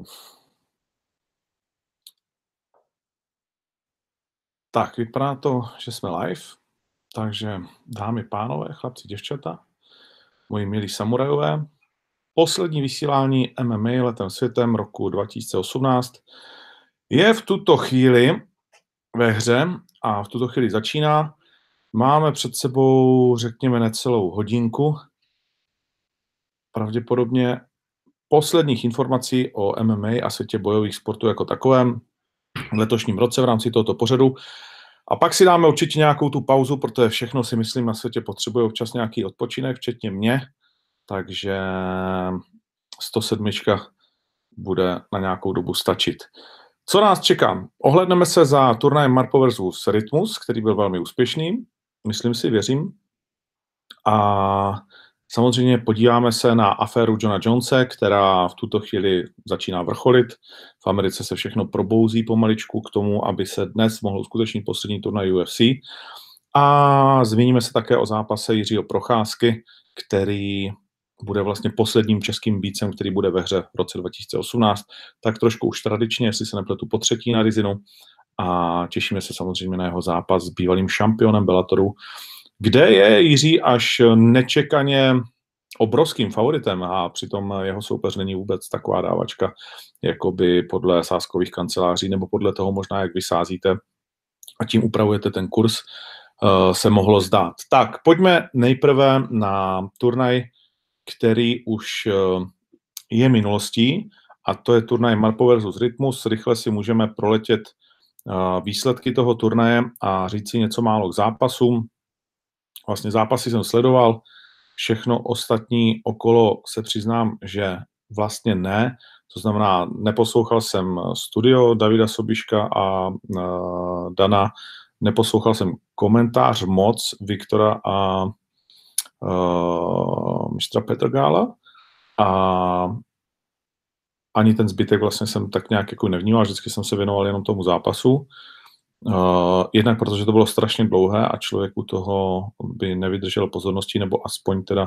Tak, vypadá to, že jsme live, takže dámy, pánové, chlapci, děvčata, moji milí samurajové, poslední vysílání MMA letem světem roku 2018 je v tuto chvíli ve hře a v tuto chvíli začíná. Máme před sebou, řekněme, necelou hodinku. Pravděpodobně posledních informací o MMA a světě bojových sportů jako takovém v letošním roce v rámci tohoto pořadu. A pak si dáme určitě nějakou tu pauzu, protože všechno si myslím na světě potřebuje občas nějaký odpočinek, včetně mě. Takže 107 bude na nějakou dobu stačit. Co nás čeká? Ohledneme se za turnajem Marpo versus Rytmus, který byl velmi úspěšný, myslím si, věřím. A samozřejmě podíváme se na aféru Johna Jonese, která v tuto chvíli začíná vrcholit. V Americe se všechno probouzí pomaličku k tomu, aby se dnes mohl uskutečnit poslední turnaj UFC. A zmíníme se také o zápase Jiřího Procházky, který bude vlastně posledním českým býcem, který bude ve hře v roce 2018. Tak trošku už tradičně, jestli se nepletu, po třetí na Rizinu. A těšíme se samozřejmě na jeho zápas s bývalým šampionem Bellatoru, kde je Jiří až nečekaně obrovským favoritem a přitom jeho soupeř není vůbec taková dávačka, jako by podle sázkových kanceláří nebo podle toho možná, jak vysázíte a tím upravujete ten kurz, se mohlo zdát. Tak, pojďme nejprve na turnaj, který už je minulostí, a to je turnaj Marpo versus Rytmus. Rychle si můžeme proletět výsledky toho turnaje a říct si něco málo k zápasům. Vlastně zápasy jsem sledoval, všechno ostatní okolo se přiznám, že vlastně ne. To znamená, neposlouchal jsem studio Davida Sobiška a Dana, neposlouchal jsem komentář moc Viktora a mistra Petrgála a ani ten zbytek vlastně jsem tak nějak jako nevnímal, vždycky jsem se věnoval jenom tomu zápasu. Jednak protože to bylo strašně dlouhé a člověk u toho by nevydržel pozornosti, nebo aspoň teda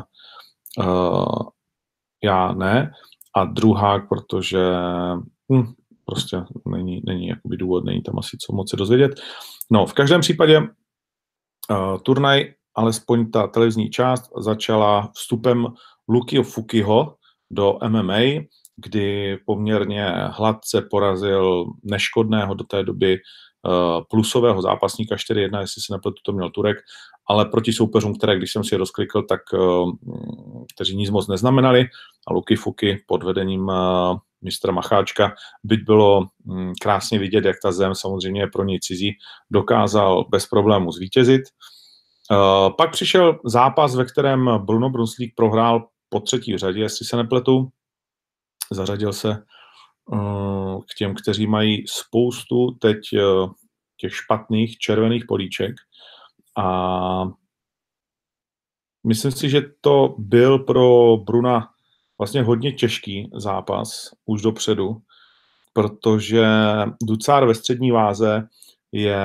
já ne. A druhá, protože prostě není jakoby důvod, není tam asi co moc se dozvědět. No, v každém případě turnaj, alespoň ta televizní část, začala vstupem Lukio Fukiho do MMA, kdy poměrně hladce porazil neškodného do té doby plusového zápasníka 4-1, jestli si nepletu, to měl Turek, ale proti soupeřům, které, když jsem si je rozklikl, tak kteří nic moc neznamenali. A Luky Fuki pod vedením mistra Macháčka, byť bylo krásně vidět, jak ta zem samozřejmě je pro něj cizí, dokázal bez problémů zvítězit. Pak přišel zápas, ve kterém Bruno Brunslík prohrál po třetí řadě, jestli se nepletu. Zařadil se k těm, kteří mají spoustu teď těch špatných červených políček. A myslím si, že to byl pro Bruna vlastně hodně těžký zápas už dopředu, protože Ducár ve střední váze je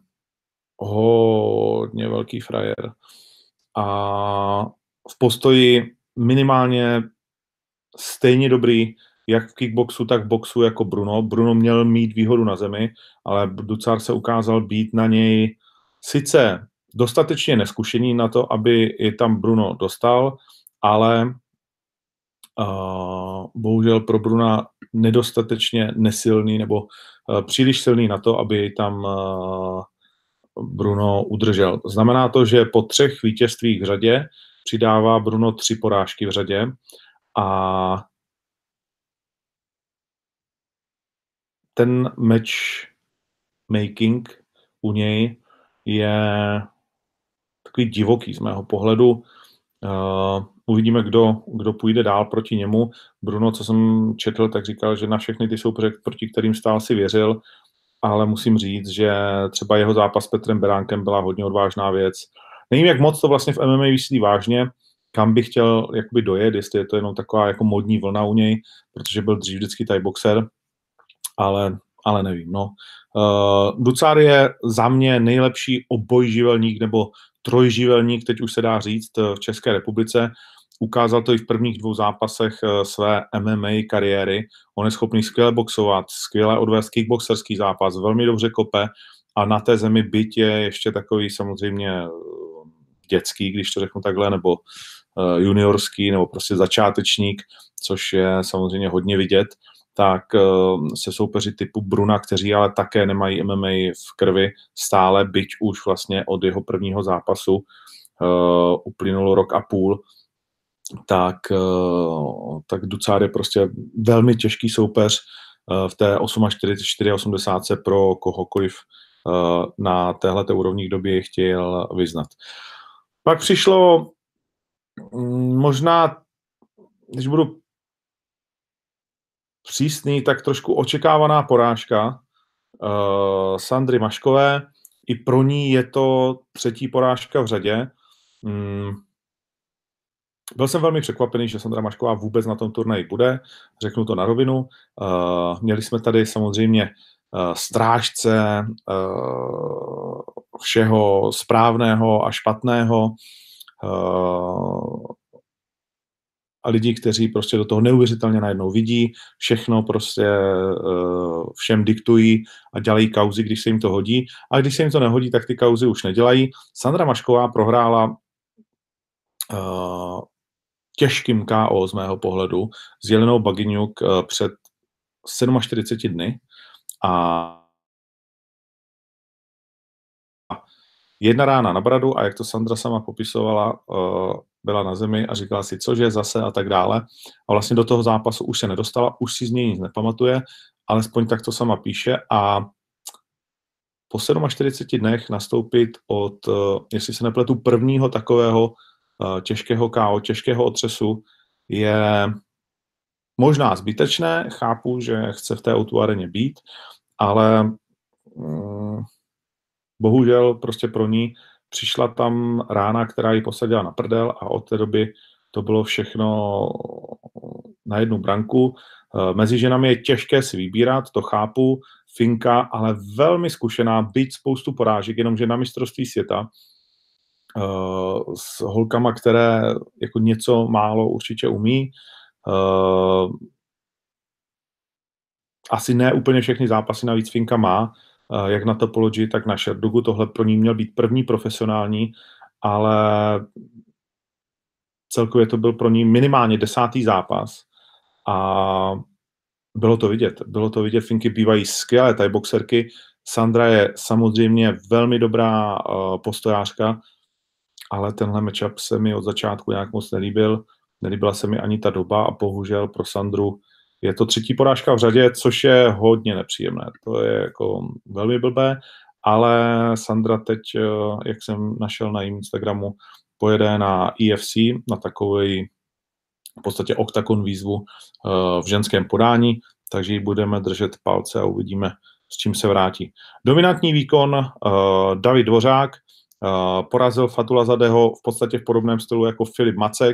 hodně velký frajer a v postoji minimálně stejně dobrý jak v kickboxu, tak v boxu jako Bruno. Bruno měl mít výhodu na zemi, ale Ducár se ukázal být na něj sice dostatečně neskušený na to, aby i tam Bruno dostal, ale bohužel pro Bruna nedostatečně nesilný nebo příliš silný na to, aby tam Bruno udržel. Znamená to, že po 3 vítězstvích v řadě přidává Bruno 3 porážky v řadě a ten matchmaking u něj je takový divoký z mého pohledu. Uvidíme, kdo půjde dál proti němu. Bruno, co jsem četl, tak říkal, že na všechny ty soupeře, proti kterým stál, si věřil, ale musím říct, že třeba jeho zápas s Petrem Beránkem byla hodně odvážná věc. Nevím, jak moc to vlastně v MMA myslí vážně, kam bych chtěl jakoby dojet, jestli je to jenom taková jako modní vlna u něj, protože byl dřív vždycky thai boxer, ale nevím. No. Ducár je za mě nejlepší obojživelník nebo trojživelník, teď už se dá říct, v České republice ukázal to i v prvních 2 zápasech své MMA kariéry. On je schopný skvěle boxovat, skvěle odvést kickboxerský zápas, velmi dobře kope a na té zemi byť je ještě takový samozřejmě dětský, když to řeknu takhle, nebo juniorský, nebo prostě začátečník, což je samozřejmě hodně vidět, tak se soupeři typu Bruna, kteří ale také nemají MMA v krvi stále, byť už vlastně od jeho prvního zápasu uplynulo rok a půl, tak Ducár je prostě velmi těžký soupeř v té 84 pro kohokoliv na téhleté úrovni, kdo by je chtěl vyznat. Pak přišlo možná, když budu přísný, tak trošku očekávaná porážka Sandry Maškové. I pro ní je to 3. porážka v řadě. Byl jsem velmi překvapený, že Sandra Mašková vůbec na tom turnaji bude, řeknu to na rovinu. Měli jsme tady samozřejmě strážce všeho správného a špatného a lidi, kteří prostě do toho neuvěřitelně najednou vidí, všechno prostě všem diktují a dělají kauzy, když se jim to hodí. A když se jim to nehodí, tak ty kauzy už nedělají. Sandra Mašková prohrála těžkým KO z mého pohledu s Jelenou Bagiňuk před 47 dny a jedna rána na bradu a jak to Sandra sama popisovala, byla na zemi a říkala si, cože zase a tak dále. A vlastně do toho zápasu už se nedostala, už si z něj nic nepamatuje, alespoň tak to sama píše a po 47 dnech nastoupit od, jestli se nepletu, prvního takového těžkého KO, těžkého otřesu je možná zbytečné, chápu, že chce v té O2 areně být, ale bohužel prostě pro ní přišla tam rána, která ji posadila na prdel a od té doby to bylo všechno na jednu branku. Mezi ženami je těžké si vybírat, to chápu, Finka, ale velmi zkušená, byť spoustu porážek, jenomže na mistrovství světa s holkama, které jako něco málo určitě umí. Asi ne úplně všechny zápasy navíc Finka má, jak na Topology, tak na Sherdogu. Tohle pro ní měl být první profesionální, ale celkově to byl pro ní minimálně 10. zápas a bylo to vidět. Bylo to vidět, Finky bývají skvělé thai boxerky. Sandra je samozřejmě velmi dobrá postojářka, ale tenhle matchup se mi od začátku nějak moc nelíbil. Nelíbila se mi ani ta doba a bohužel pro Sandru je to 3. porážka v řadě, což je hodně nepříjemné. To je jako velmi blbé, ale Sandra teď, jak jsem našel na jejím Instagramu, pojede na EFC, na takový v podstatě oktagon výzvu v ženském podání, takže ji budeme držet palce a uvidíme, s čím se vrátí. Dominantní výkon David Dvořák porazil Fatulazadeho v podstatě v podobném stylu jako Filip Macek.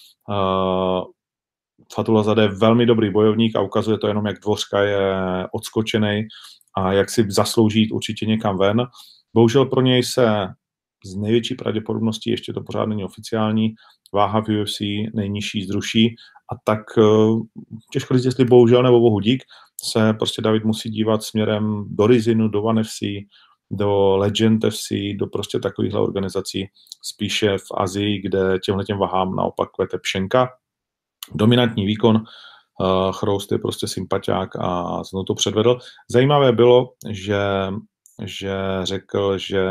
Fatulazade je velmi dobrý bojovník a ukazuje to jenom, jak Dvořka je odskočený a jak si zaslouží jít určitě někam ven. Bohužel pro něj se z největší pravděpodobností, ještě to pořád není oficiální, váha v UFC nejnižší zruší a tak těžko říct, jestli bohužel nebo bohu dík, se prostě David musí dívat směrem do Rizinu, do One FC, do Legend FC, do prostě takovýchhle organizací, spíše v Asii, kde těmhletěm vahám naopak kvete pšenka. Dominantní výkon, Chroust je prostě sympatiák a znovu to předvedl. Zajímavé bylo, že řekl, že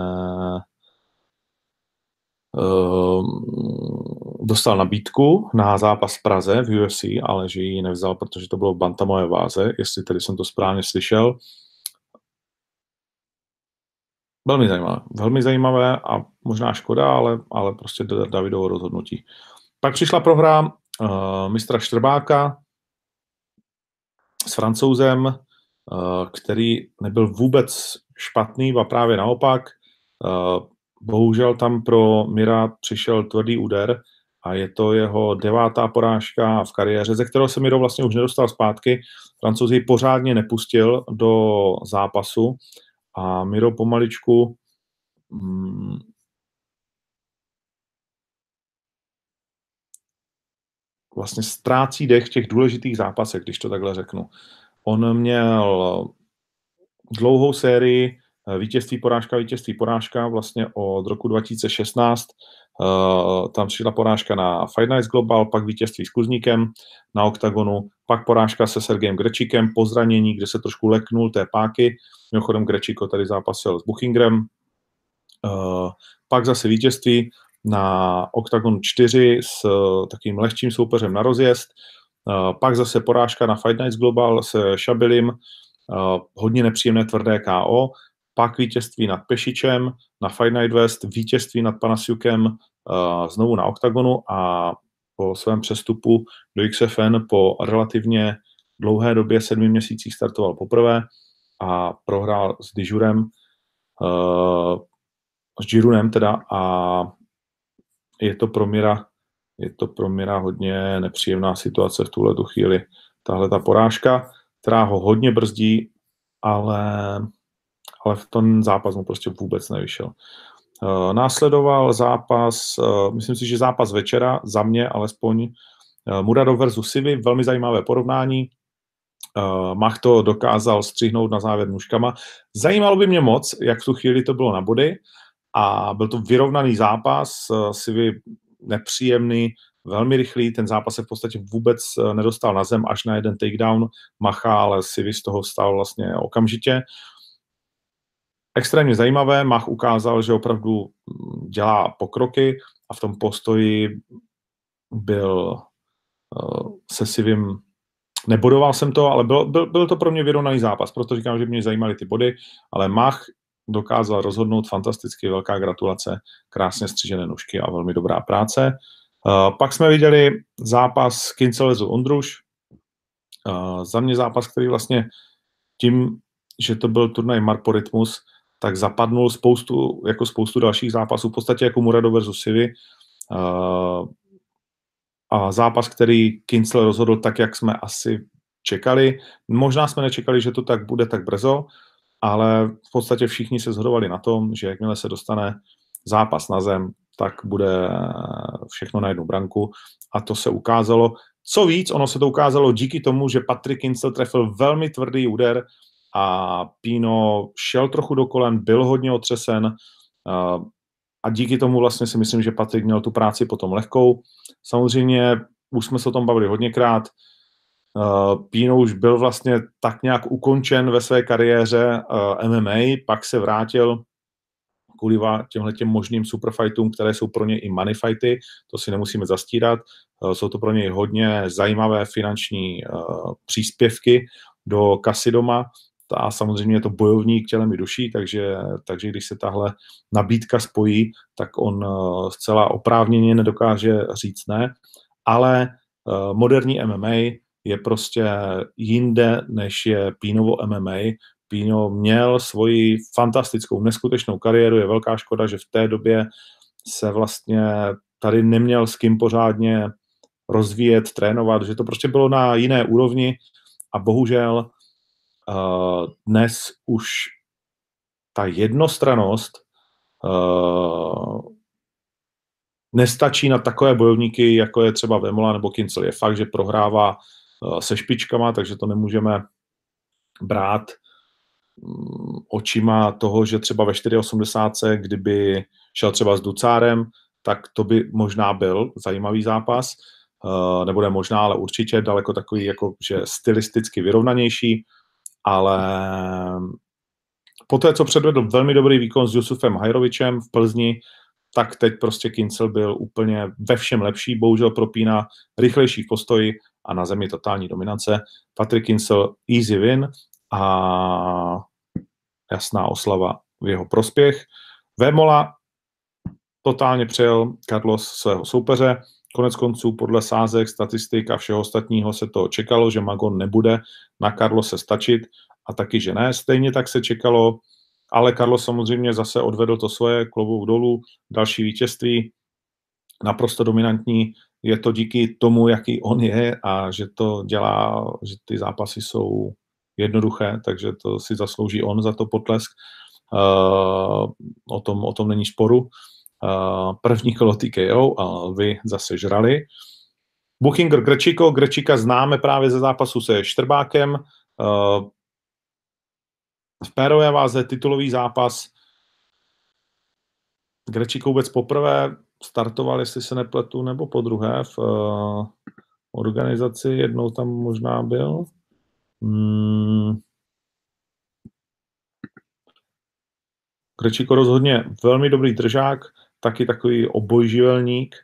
dostal nabídku na zápas v Praze v UFC, ale že ji nevzal, protože to bylo v bantamové váze, jestli tedy jsem to správně slyšel. Velmi zajímavé a možná škoda, ale prostě Davidovo rozhodnutí. Pak přišla prohra mistra Štrbáka s Francouzem, který nebyl vůbec špatný, a právě naopak. Bohužel tam pro Mira přišel tvrdý úder a je to jeho 9. porážka v kariéře, ze kterého se Miro vlastně už nedostal zpátky. Francouz ji pořádně nepustil do zápasu a Miro pomaličku vlastně ztrácí dech v těch důležitých zápasech, když to takhle řeknu. On měl dlouhou sérii vítězství, porážka vlastně od roku 2016. Tam přišla porážka na Fight Nights Global, pak vítězství s Kuzníkem na OKTAGONu, pak porážka se Sergejem Grečikem po zranění, kde se trošku leknul té páky. Mimochodem Grečiko tady zápasil s Buchingrem. Pak zase vítězství na OKTAGON 4 s takým lehčím soupeřem na rozjezd. Pak zase porážka na Fight Nights Global se Šabilim, hodně nepříjemné tvrdé KO, pak vítězství nad Pešičem na Fight Night West, vítězství nad Panasiukem znovu na OKTAGONu a po svém přestupu do XFN po relativně dlouhé době, 7 měsících startoval poprvé a prohrál s Dijurem, s Girunem teda, a je to pro Mira hodně nepříjemná situace v tuhletu chvíli. Tahle ta porážka, která ho hodně brzdí, ale v ten zápas mu prostě vůbec nevyšel. Následoval zápas, myslím si, že zápas večera, za mě alespoň, Muradov versus Sivi, velmi zajímavé porovnání. Mach to dokázal střihnout na závěr nůžkama. Zajímalo by mě moc, jak v tu chvíli to bylo na body, a byl to vyrovnaný zápas, Sivi nepříjemný, velmi rychlý, ten zápas se v podstatě vůbec nedostal na zem až na jeden takedown Macha, ale Sivi z toho vstal vlastně okamžitě. Extrémně zajímavé, Mach ukázal, že opravdu dělá pokroky a v tom postoji byl se Sivim, nebodoval jsem to, ale byl to pro mě vyrovnaný zápas, proto říkám, že mě zajímaly ty body, ale Mach dokázal rozhodnout fantasticky, velká gratulace, krásně střižené nůžky a velmi dobrá práce. Pak jsme viděli zápas Kincel versus Ondruš. Za mě zápas, který vlastně tím, že to byl turnaj Marporytmus, tak zapadnul spoustu dalších zápasů, v podstatě jako Muradov versus Sivi. A zápas, který Kincel rozhodl tak, jak jsme asi čekali. Možná jsme nečekali, že to tak bude tak brzo, ale v podstatě všichni se shodovali na tom, že jakmile se dostane zápas na zem, tak bude všechno na jednu branku, a to se ukázalo. Co víc, ono se to ukázalo díky tomu, že Patrick Kincel trefil velmi tvrdý úder a Pino šel trochu do kolen, byl hodně otřesen a díky tomu vlastně si myslím, že Patrik měl tu práci potom lehkou. Samozřejmě už jsme se o tom bavili hodněkrát. Pino už byl vlastně tak nějak ukončen ve své kariéře MMA, pak se vrátil kvůli těmhletěm možným superfightům, které jsou pro ně i money fighty, to si nemusíme zastírat. Jsou to pro něj hodně zajímavé finanční příspěvky do kasy doma, a samozřejmě je to bojovník tělem i duší, takže když se tahle nabídka spojí, tak on zcela oprávněně nedokáže říct ne, ale moderní MMA je prostě jinde, než je Pinovo MMA. Pino měl svoji fantastickou, neskutečnou kariéru, je velká škoda, že v té době se vlastně tady neměl s kým pořádně rozvíjet, trénovat, že to prostě bylo na jiné úrovni a bohužel dnes už ta jednostrannost nestačí na takové bojovníky, jako je třeba Vemola nebo Kincel. Je fakt, že prohrává se špičkama, takže to nemůžeme brát očima toho, že třeba ve 4,80, kdyby šel třeba s Ducárem, tak to by možná byl zajímavý zápas, nebude možná, ale určitě daleko takový, jako že stylisticky vyrovnanější, ale poté, co předvedl velmi dobrý výkon s Jusufem Hajrovičem v Plzni, tak teď prostě Kincel byl úplně ve všem lepší, bohužel pro Pína rychlejší v postoji a na zemi totální dominace. Patrick Kincel easy win a jasná oslava v jeho prospěch. Vémola totálně přejel Carlos svého soupeře. Konec konců podle sázek, statistik a všeho ostatního se to čekalo, že Magon nebude na Carlose stačit a taky, že ne. Stejně tak se čekalo, ale Carlos samozřejmě zase odvedl to svoje, klobouk dolů, další vítězství, naprosto dominantní. Je to díky tomu, jaký on je a že to dělá, že ty zápasy jsou jednoduché, takže to si zaslouží on za to potlesk. O tom není sporu. První kolo TKO a vy zase žrali. Buchinger Grečiko. Grečika známe právě ze zápasu se Štrbákem. V pérové váze titulový zápas. Grečiko vůbec poprvé startoval, jestli se nepletu, nebo podruhé v organizaci. Jednou tam možná byl. Grečiko rozhodně velmi dobrý držák, taky takový obojživelník.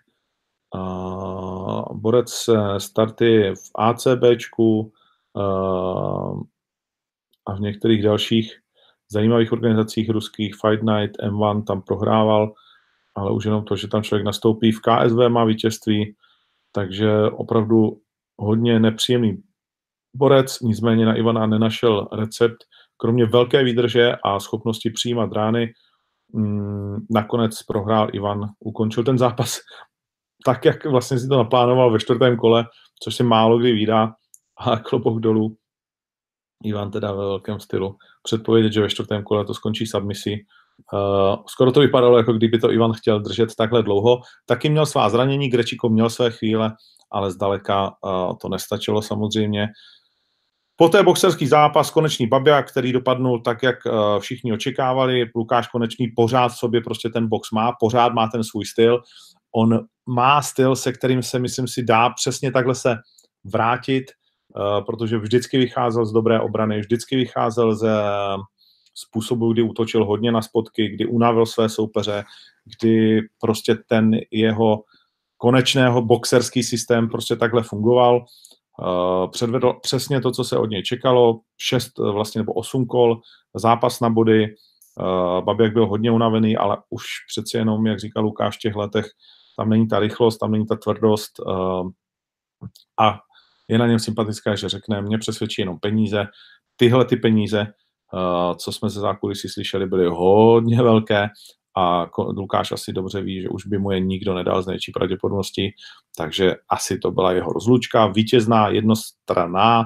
Borec starty v ACBčku a v některých dalších zajímavých organizacích ruských, Fight Night, M1 tam prohrával, ale už jenom to, že tam člověk nastoupí, v KSV má vítězství, takže opravdu hodně nepříjemný borec, nicméně na Ivana nenašel recept, kromě velké výdrže a schopnosti přijímat rány. Nakonec prohrál Ivan, ukončil ten zápas tak, jak vlastně si to naplánoval ve 4. kole, což se málo kdy vídá, a klobouk dolů. Ivan teda ve velkém stylu předpovědět, že ve 4. kole to skončí submisí. Skoro to vypadalo, jako kdyby to Ivan chtěl držet takhle dlouho. Taky měl svá zranění, Grečiko měl své chvíle, ale zdaleka to nestačilo samozřejmě. Poté boxerský zápas, Konečný Babiak, který dopadnul tak, jak všichni očekávali. Lukáš Konečný pořád v sobě prostě ten box má, pořád má ten svůj styl. On má styl, se kterým se, myslím si, dá přesně takhle se vrátit, protože vždycky vycházel z dobré obrany, vždycky vycházel ze způsobu, kdy útočil hodně na spotky, kdy unavil své soupeře, kdy prostě ten jeho konečného boxerský systém prostě takhle fungoval. Předvedl přesně to, co se od něj čekalo, 6 vlastně nebo 8 kol, zápas na body. Babiak byl hodně unavený, ale už přeci jenom, jak říkal Lukáš, v těch letech tam není ta rychlost, tam není ta tvrdost a je na něm sympatická, že řekne, mě přesvědčí jenom peníze. Tyhle ty peníze, co jsme ze zákulisí slyšeli, byly hodně velké a Lukáš asi dobře ví, že už by mu je nikdo nedal z největší pravděpodobností, takže asi to byla jeho rozlučka, vítězná, jednostranná.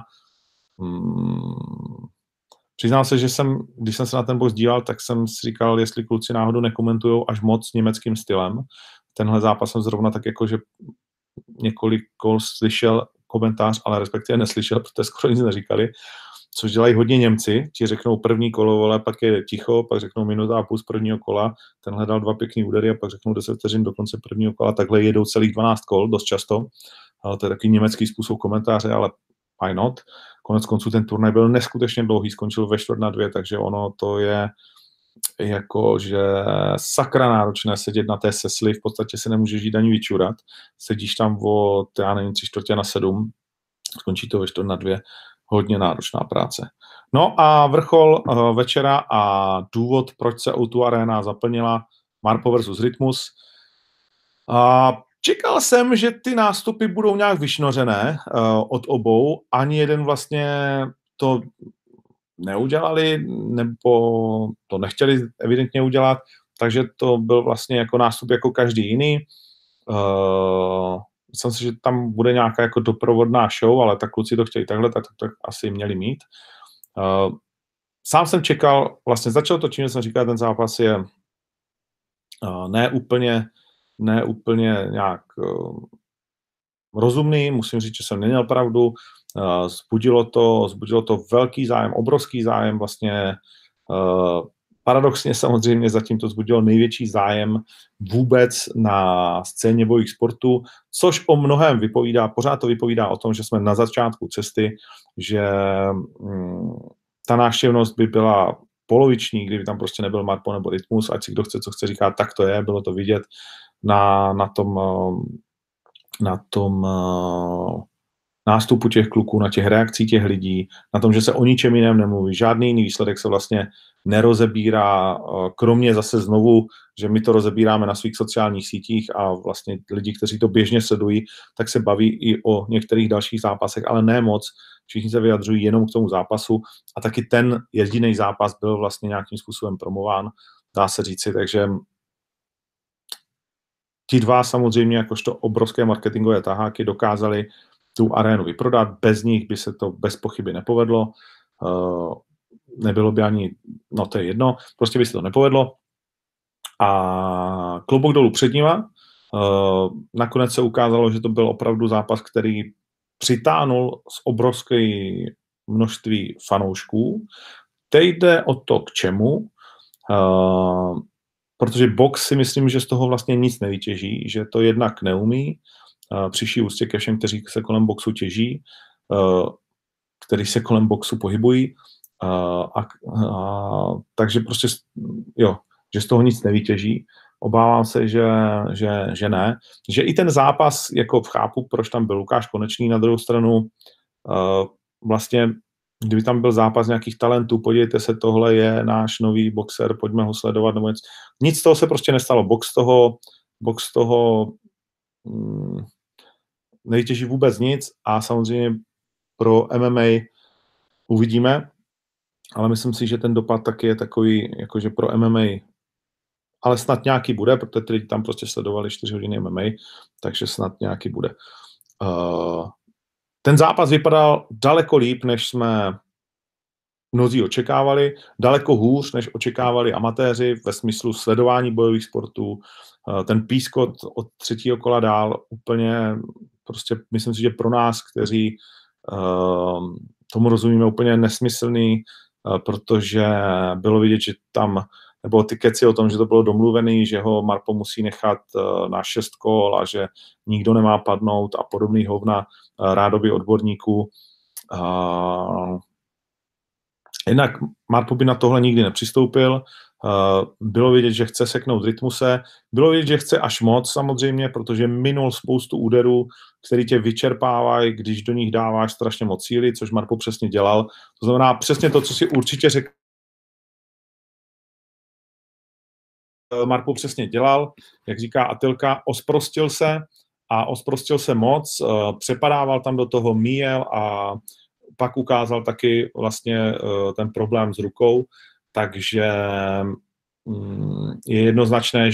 Přiznám se, že když jsem se na ten box díval, tak jsem si říkal, jestli kluci náhodou nekomentujou až moc německým stylem. Tenhle zápas jsem zrovna tak jako, že několik kol slyšel komentář, ale respektive neslyšel, protože skoro nic neříkali, což dělají hodně Němci. Ti řeknou první kolo, vole, pak je ticho, pak řeknou minuta a půl z prvního kola, tenhle dal 2 pěkný údery a pak řeknou 10 vteřin do konce prvního kola, takhle jedou celých 12 kol, dost často. Ale to je takový německý způsob komentáře, ale why not? Konec konců ten turnaj byl neskutečně dlouhý, skončil ve 1:45, takže ono to je jako, že sakra náročné sedět na té sesli, v podstatě se nemůžeš jít ani vyčurat, sedíš tam od, já nevím, 6:45, skončí to ve 1:45, hodně náročná práce. No a vrchol večera a důvod, proč se O2 Arena zaplnila, Marpo versus Rytmus. Čekal jsem, že ty nástupy budou nějak vyšnořené od obou, ani jeden vlastně to neudělali, nebo to nechtěli evidentně udělat, takže to byl vlastně jako nástup jako každý jiný. Myslím si, že tam bude nějaká jako doprovodná show, ale tak kluci to chtěli takhle, tak asi měli mít. Sám jsem čekal, vlastně začal to, čím jsem říkal, ten zápas je ne úplně nějak rozumný, musím říct, že jsem neměl pravdu, zbudilo to velký zájem, obrovský zájem, vlastně paradoxně samozřejmě zatím to zbudilo největší zájem vůbec na scéně bojových sportů, což o mnohem vypovídá, pořád to vypovídá o tom, že jsme na začátku cesty, že ta návštěvnost by byla poloviční, kdyby tam prostě nebyl Marpo nebo Rytmus, ať si kdo chce, co chce říkat, tak to je, bylo to vidět na tom nástupu těch kluků, na těch reakcí těch lidí, na tom, že se o ničem jiném nemluví. Žádný jiný výsledek se vlastně nerozebírá, kromě zase znovu, že my to rozebíráme na svých sociálních sítích a vlastně lidi, kteří to běžně sledují, tak se baví i o některých dalších zápasech, ale ne moc. Všichni se vyjadřují jenom k tomu zápasu a taky ten jediný zápas byl vlastně nějakým způsobem promován, dá se říci, takže ti dva samozřejmě jakožto obrovské marketingové taháky dokázali tu arénu vyprodat, bez nich by se to bez pochyby nepovedlo, nebylo by ani, no to je jedno, prostě by se to nepovedlo a klobouk dolů před nima, Nakonec se ukázalo, že to byl opravdu zápas, který přitáhnul z obrovské množství fanoušků. Teď jde o to, k čemu, protože box si myslím, že z toho vlastně nic nevytěží, že to jednak neumí, přiší úctě ke všem, kteří se kolem boxu těží, kteří se kolem boxu pohybují, takže prostě, jo, že z toho nic nevytěží. Obávám se, že ne. Že i ten zápas, jako chápu, proč tam byl Lukáš Konečný, na druhou stranu vlastně, kdyby tam byl zápas nějakých talentů, podívejte se, tohle je náš nový boxer, pojďme ho sledovat, nebo nic z toho se prostě nestalo. Box toho nevytěží vůbec nic a samozřejmě pro MMA uvidíme, ale myslím si, že ten dopad taky je takový, jakože pro MMA, ale snad nějaký bude, protože ty lidi tam prostě sledovali 4 hodiny MMA, takže snad nějaký bude. Ten zápas vypadal daleko líp, než jsme mnozí očekávali, daleko hůř, než očekávali amatéři ve smyslu sledování bojových sportů. Ten pískot od 3. kola dál úplně, prostě myslím si, že pro nás, kteří tomu rozumíme, úplně nesmyslný, protože bylo vidět, že tam nebo ty keci o tom, že to bylo domluvený, že ho Marpo musí nechat na 6 kol a že nikdo nemá padnout a podobný hovna rádoby odborníků. Jednak Marpo by na tohle nikdy nepřistoupil. Bylo vidět, že chce seknout Rytmuse. Bylo vidět, že chce až moc samozřejmě, protože minul spoustu úderů, který tě vyčerpávají, když do nich dáváš strašně moc síly, což Marpo přesně dělal. To znamená přesně to, co si určitě řekl, Marpo přesně dělal, jak říká Atilka, osprostil se moc, přepadával tam do toho, míjel a pak ukázal taky vlastně ten problém s rukou, takže je jednoznačné,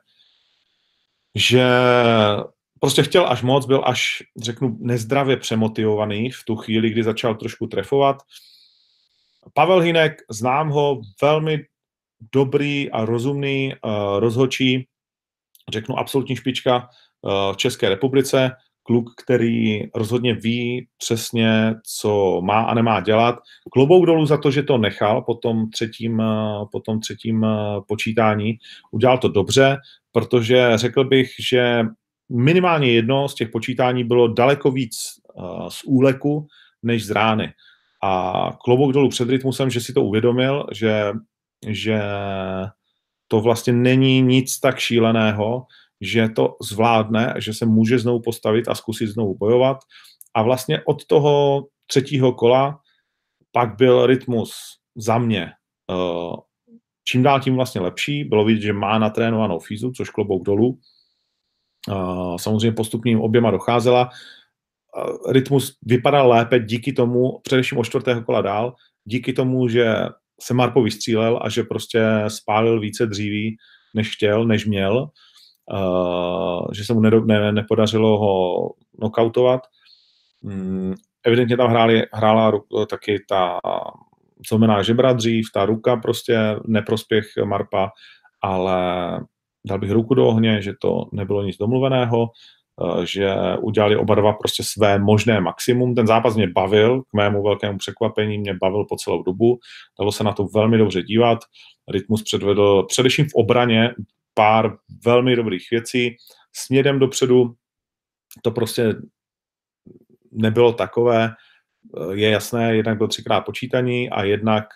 že prostě chtěl až moc, byl až, řeknu, nezdravě přemotivovaný v tu chvíli, kdy začal trošku trefovat. Pavel Hynek, znám ho, velmi dobrý a rozumný rozhodčí, řeknu absolutní špička v České republice, kluk, který rozhodně ví přesně, co má a nemá dělat. Klobouk dolů za to, že to nechal po tom třetím počítání. Udělal to dobře, protože řekl bych, že minimálně jedno z těch počítání bylo daleko víc z úleku, než z rány. A klobouk dolů před Rytmusem, že si to uvědomil, že to vlastně není nic tak šíleného, že to zvládne, že se může znovu postavit a zkusit znovu bojovat. A vlastně od toho 3. kola pak byl Rytmus za mě čím dál tím vlastně lepší. Bylo vidět, že má natrénovanou fízu, což klobouk dolů. Samozřejmě postupným oběma docházela. Rytmus vypadal lépe díky tomu, především od 4. kola dál, díky tomu, že se Marpo vystřílel a že prostě spálil více dříví, než chtěl, než měl. Že se mu nepodařilo ho nokautovat. Evidentně tam hrála taky ta zlomená žebra dřív, ta ruka prostě neprospěch Marpa, ale dal bych ruku do ohně, že to nebylo nic domluveného, že udělali oba dva prostě své možné maximum. Ten zápas mě bavil, k mému velkému překvapení mě bavil po celou dobu, dalo se na to velmi dobře dívat. Rytmus předvedl především v obraně pár velmi dobrých věcí. Směrem dopředu to prostě nebylo takové, je jasné, jednak byl 3krát počítaný a jednak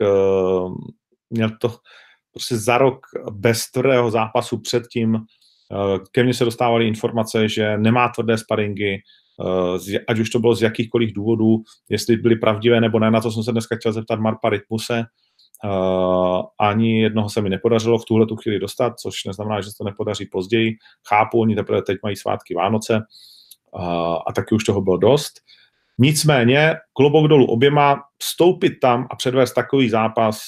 měl to prostě za rok bez tvrdého zápasu předtím. Ke mně se dostávaly informace, že nemá tvrdé sparingy, ať už to bylo z jakýchkoliv důvodů, jestli byly pravdivé nebo ne, na to jsem se dneska chtěl zeptat Marpa Rytmuse. Ani jednoho se mi nepodařilo v tuhletu chvíli dostat, což neznamená, že se to nepodaří později. Chápu, oni teprve teď mají svátky Vánoce a taky už toho bylo dost. Nicméně klobouk dolů oběma, vstoupit tam a předvést takový zápas,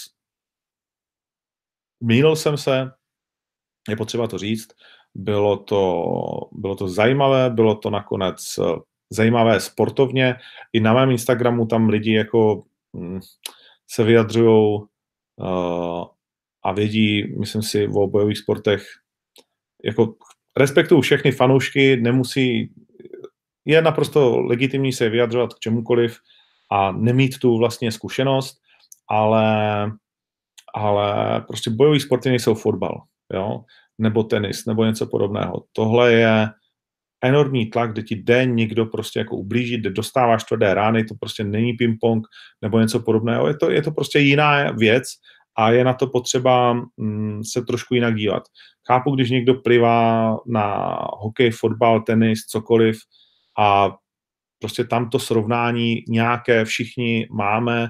mýlil jsem se, je potřeba to říct, bylo to zajímavé, bylo to nakonec zajímavé sportovně. I na mém Instagramu tam lidi jako se vyjadřujou a vědí, myslím si, o bojových sportech jako respektuju všechny fanoušky, nemusí, je naprosto legitimní se vyjadřovat k čemukoliv a nemít tu vlastně zkušenost, ale prostě bojový sporty nejsou fotbal, jo? Nebo tenis, nebo něco podobného. Tohle je enormní tlak, kde ti jde někdo prostě jako ublížit, kde dostáváš tvrdé rány, to prostě není ping-pong nebo něco podobného. Je to prostě jiná věc a je na to potřeba se trošku jinak dívat. Chápu, když někdo plivá na hokej, fotbal, tenis, cokoliv a prostě tam to srovnání nějaké všichni máme,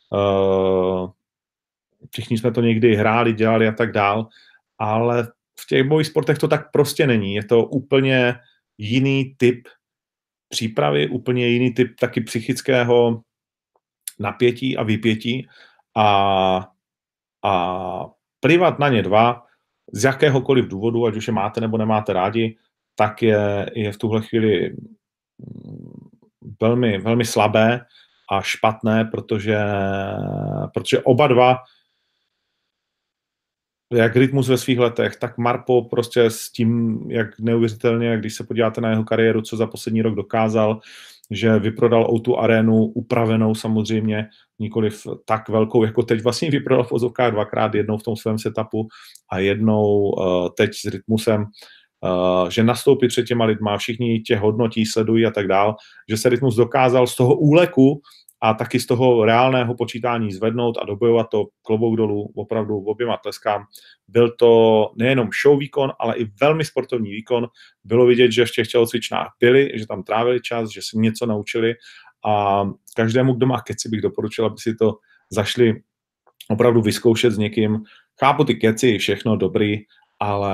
všichni jsme to někdy hráli, dělali a tak dál, ale v těch bojových sportech to tak prostě není. Je to úplně jiný typ přípravy, úplně jiný typ taky psychického napětí a vypětí a plivat na ně dva z jakéhokoliv důvodu, ať už je máte nebo nemáte rádi, tak je v tuhle chvíli velmi, velmi slabé a špatné, protože oba dva, jak Rytmus ve svých letech, tak Marpo prostě s tím, jak neuvěřitelně, když se podíváte na jeho kariéru, co za poslední rok dokázal, že vyprodal O2 arénu, upravenou samozřejmě, nikoliv tak velkou, jako teď vlastně vyprodal v ozovkách dvakrát, jednou v tom svém setupu a jednou teď s Rytmusem, že nastoupí před těma lidma, všichni tě hodnotí, sledují a tak dál, že se Rytmus dokázal z toho úleku a taky z toho reálného počítání zvednout a dobojovat to, klobouk dolů, opravdu oběma tleskám. Byl to nejenom show výkon, ale i velmi sportovní výkon. Bylo vidět, že v těch tělocvičnách byli, že tam trávili čas, že si něco naučili a každému, kdo má keci, bych doporučil, aby si to zašli opravdu vyzkoušet s někým. Chápu ty keci, všechno dobrý, ale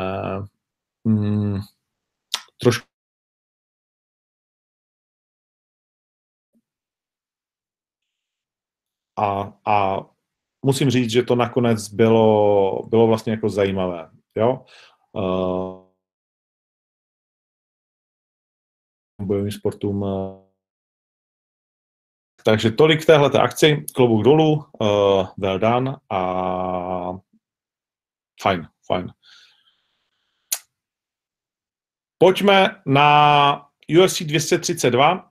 trošku a musím říct, že to nakonec bylo vlastně jako zajímavé. Jo? Bojovým sportům. Takže tolik k téhleté akci. Klobouk dolů, well done a fajn. Pojďme na UFC 232.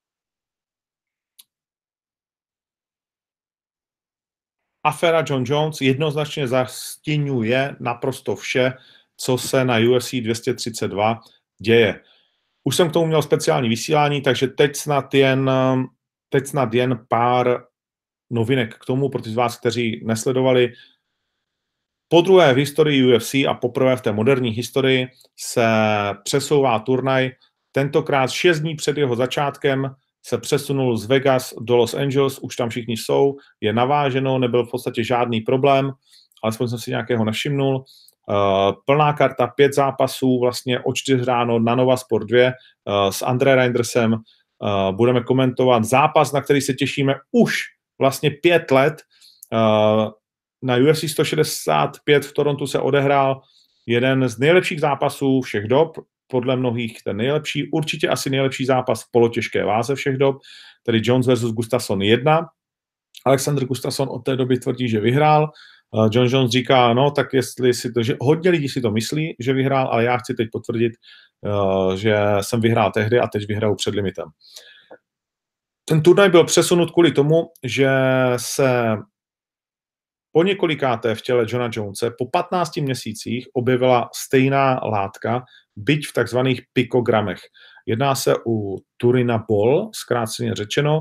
Aféra Jon Jones jednoznačně zastěňuje naprosto vše, co se na UFC 232 děje. Už jsem k tomu měl speciální vysílání, takže teď snad jen pár novinek k tomu, pro ty z vás, kteří nesledovali. Podruhé v historii UFC a poprvé v té moderní historii se přesouvá turnaj. Tentokrát 6 dní před jeho začátkem se přesunul z Vegas do Los Angeles, už tam všichni jsou, je naváženo, nebyl v podstatě žádný problém, alespoň jsem si nějakého nevšimnul. Plná karta, 5 zápasů, vlastně o 4 ráno na Nova Sport 2 s Andre Reindersem. Budeme komentovat zápas, na který se těšíme už vlastně 5 let. Na UFC 165 v Torontu se odehrál jeden z nejlepších zápasů všech dob, podle mnohých ten nejlepší, určitě asi nejlepší zápas v polotěžké váze všech dob, tedy Jones versus Gustafsson 1. Alexander Gustafsson od té doby tvrdí, že vyhrál. Jon Jones říká, no tak jestli si to, že hodně lidí si to myslí, že vyhrál, ale já chci teď potvrdit, že jsem vyhrál tehdy a teď vyhraju před limitem. Ten turnaj byl přesunut kvůli tomu, že se po několikáté v těle Jona Jonese po 15 měsících objevila stejná látka, byť v takzvaných pikogramech. Jedná se u turinabol, zkráceně řečeno,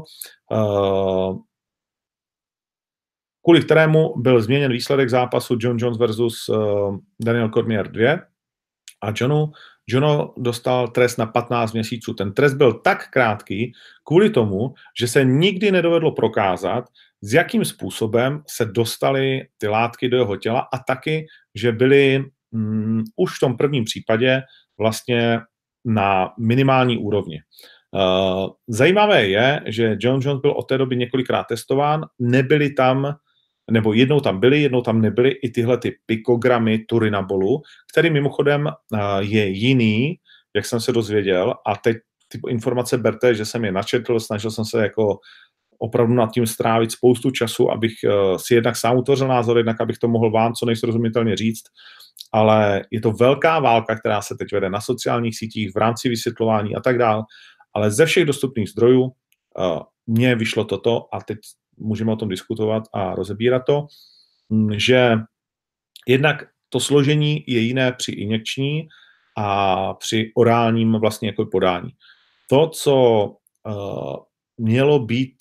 kvůli kterému byl změněn výsledek zápasu Jon Jones versus Daniel Cormier 2 a Jono dostal trest na 15 měsíců. Ten trest byl tak krátký kvůli tomu, že se nikdy nedovedlo prokázat, s jakým způsobem se dostaly ty látky do jeho těla a taky, že byly už v tom prvním případě vlastně na minimální úrovni. Zajímavé je, že Jon Jones byl od té doby několikrát testován, nebyly tam, nebo jednou tam byly, jednou tam nebyly i tyhle ty pikogramy turinabolu, který mimochodem je jiný, jak jsem se dozvěděl, a teď ty informace berte, že jsem je načetl, snažil jsem se jako opravdu nad tím strávit spoustu času, abych si jednak sám utvořil názor, jednak abych to mohl vám co nejsrozumitelně říct, ale je to velká válka, která se teď vede na sociálních sítích, v rámci vysvětlování a tak dále, ale ze všech dostupných zdrojů mně vyšlo toto a teď můžeme o tom diskutovat a rozebírat to, že jednak to složení je jiné při injekční a při orálním vlastně jako podání. To, co mělo být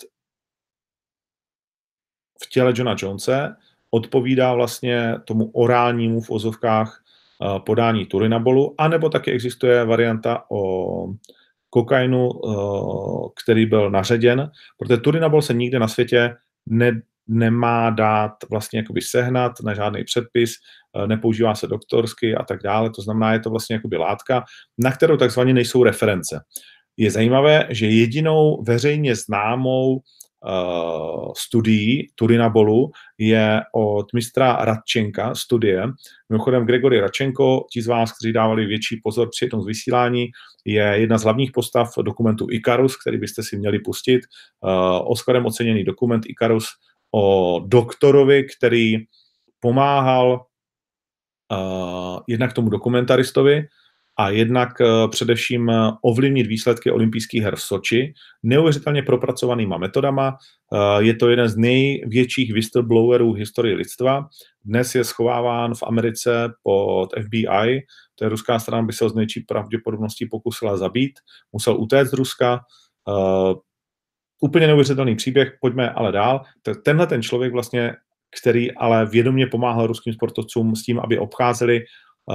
v těle Johna Jonese, odpovídá vlastně tomu orálnímu v ozovkách podání turinabolu, anebo taky existuje varianta o kokainu, který byl naředěn, protože turinabol se nikde na světě nemá dát vlastně jakoby sehnat na žádný předpis, nepoužívá se doktorsky a tak dále, to znamená, je to vlastně jakoby látka, na kterou takzvaně nejsou reference. Je zajímavé, že jedinou veřejně známou studií turinabolu je od mistra Radčenka studie. Mimochodem Gregory Radčenko, ti z vás, kteří dávali větší pozor při tom vysílání, je jedna z hlavních postav dokumentu Ikarus, který byste si měli pustit. Oscarem oceněný dokument Ikarus o doktorovi, který pomáhal jednak tomu dokumentaristovi a jednak především ovlivnit výsledky olympijských her v Soči neuvěřitelně propracovanýma metodama. Je to jeden z největších whistleblowerů v historii lidstva. Dnes je schováván v Americe pod FBI, to je ruská strana, by se ho z největší pravděpodobností pokusila zabít, musel utéct z Ruska. Úplně neuvěřitelný příběh, pojďme ale dál. Tenhle ten člověk vlastně, který ale vědomě pomáhal ruským sportovcům s tím, aby obcházeli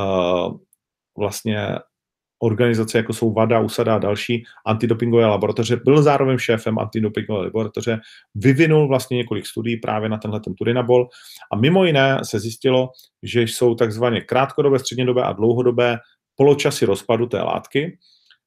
vlastně organizace, jako jsou WADA, USADA a další antidopingové laboratoře, byl zároveň šéfem antidopingové laboratoře, vyvinul vlastně několik studií právě na tenhle ten turinabol a mimo jiné se zjistilo, že jsou takzvaně krátkodobé, střednědobé a dlouhodobé poločasy rozpadu té látky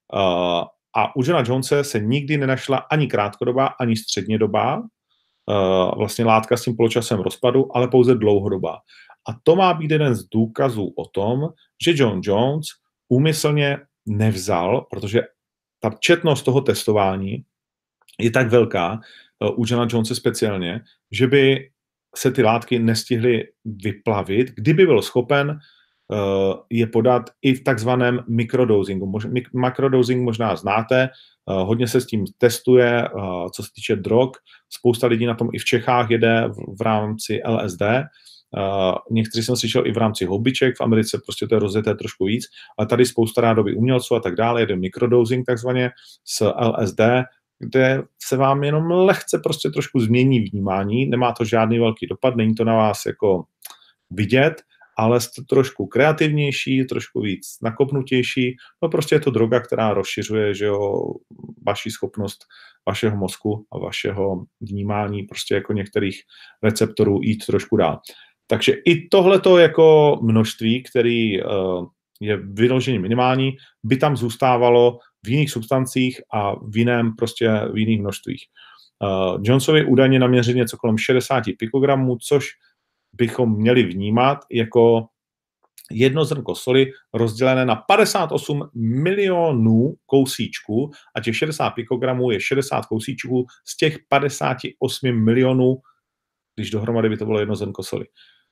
a u Johna Jonese se nikdy nenašla ani krátkodobá, ani střednědobá vlastně látka s tím poločasem rozpadu, ale pouze dlouhodobá. A to má být jeden z důkazů o tom, že John Jones úmyslně nevzal, protože ta četnost toho testování je tak velká, u Johna Jonese speciálně, že by se ty látky nestihly vyplavit, kdyby byl schopen je podat i v takzvaném mikrodosingu. Makrodosing možná znáte, hodně se s tím testuje, co se týče drog. Spousta lidí na tom i v Čechách jede v rámci LSD. Někteří jsem slyšel i v rámci houbiček, v Americe prostě to je rozjeté trošku víc, ale tady spousta rádoby umělců a tak dále, jede mikrodosing takzvaně s LSD, kde se vám jenom lehce prostě trošku změní vnímání, nemá to žádný velký dopad, není to na vás jako vidět, ale jste trošku kreativnější, trošku víc nakopnutější, no prostě je to droga, která rozšiřuje, že jo, vaši schopnost vašeho mozku a vašeho vnímání prostě jako některých receptorů jít trošku dál. Takže i tohleto jako množství, který je vyloženě minimální, by tam zůstávalo v jiných substancích a v jiných množstvích. Jonesovi údajně naměřil něco kolem 60 pikogramů, což bychom měli vnímat jako jedno zrnko soli rozdělené na 58 milionů kousíčků a těch 60 pikogramů je 60 kousíčků z těch 58 milionů, když dohromady by to bylo jedno zrnko soli.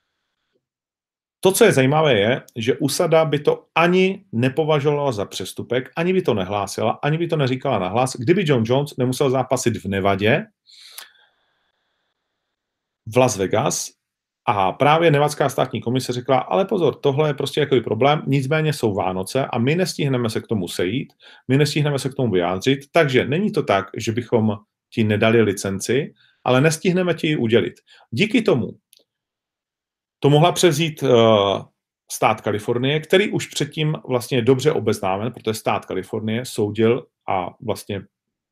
To, co je zajímavé, je, že USADA by to ani nepovažovala za přestupek, ani by to nehlásila, ani by to neříkala nahlas, kdyby John Jones nemusel zápasit v Nevadě, v Las Vegas, a právě Nevadská státní komise řekla, ale pozor, tohle je prostě jaký problém, nicméně jsou Vánoce a my nestihneme se k tomu sejít, my nestihneme se k tomu vyjádřit, takže není to tak, že bychom ti nedali licenci, ale nestihneme ti ji udělit. Díky tomu to mohla převzít stát Kalifornie, který už předtím vlastně je dobře obeznámen, protože stát Kalifornie soudil a vlastně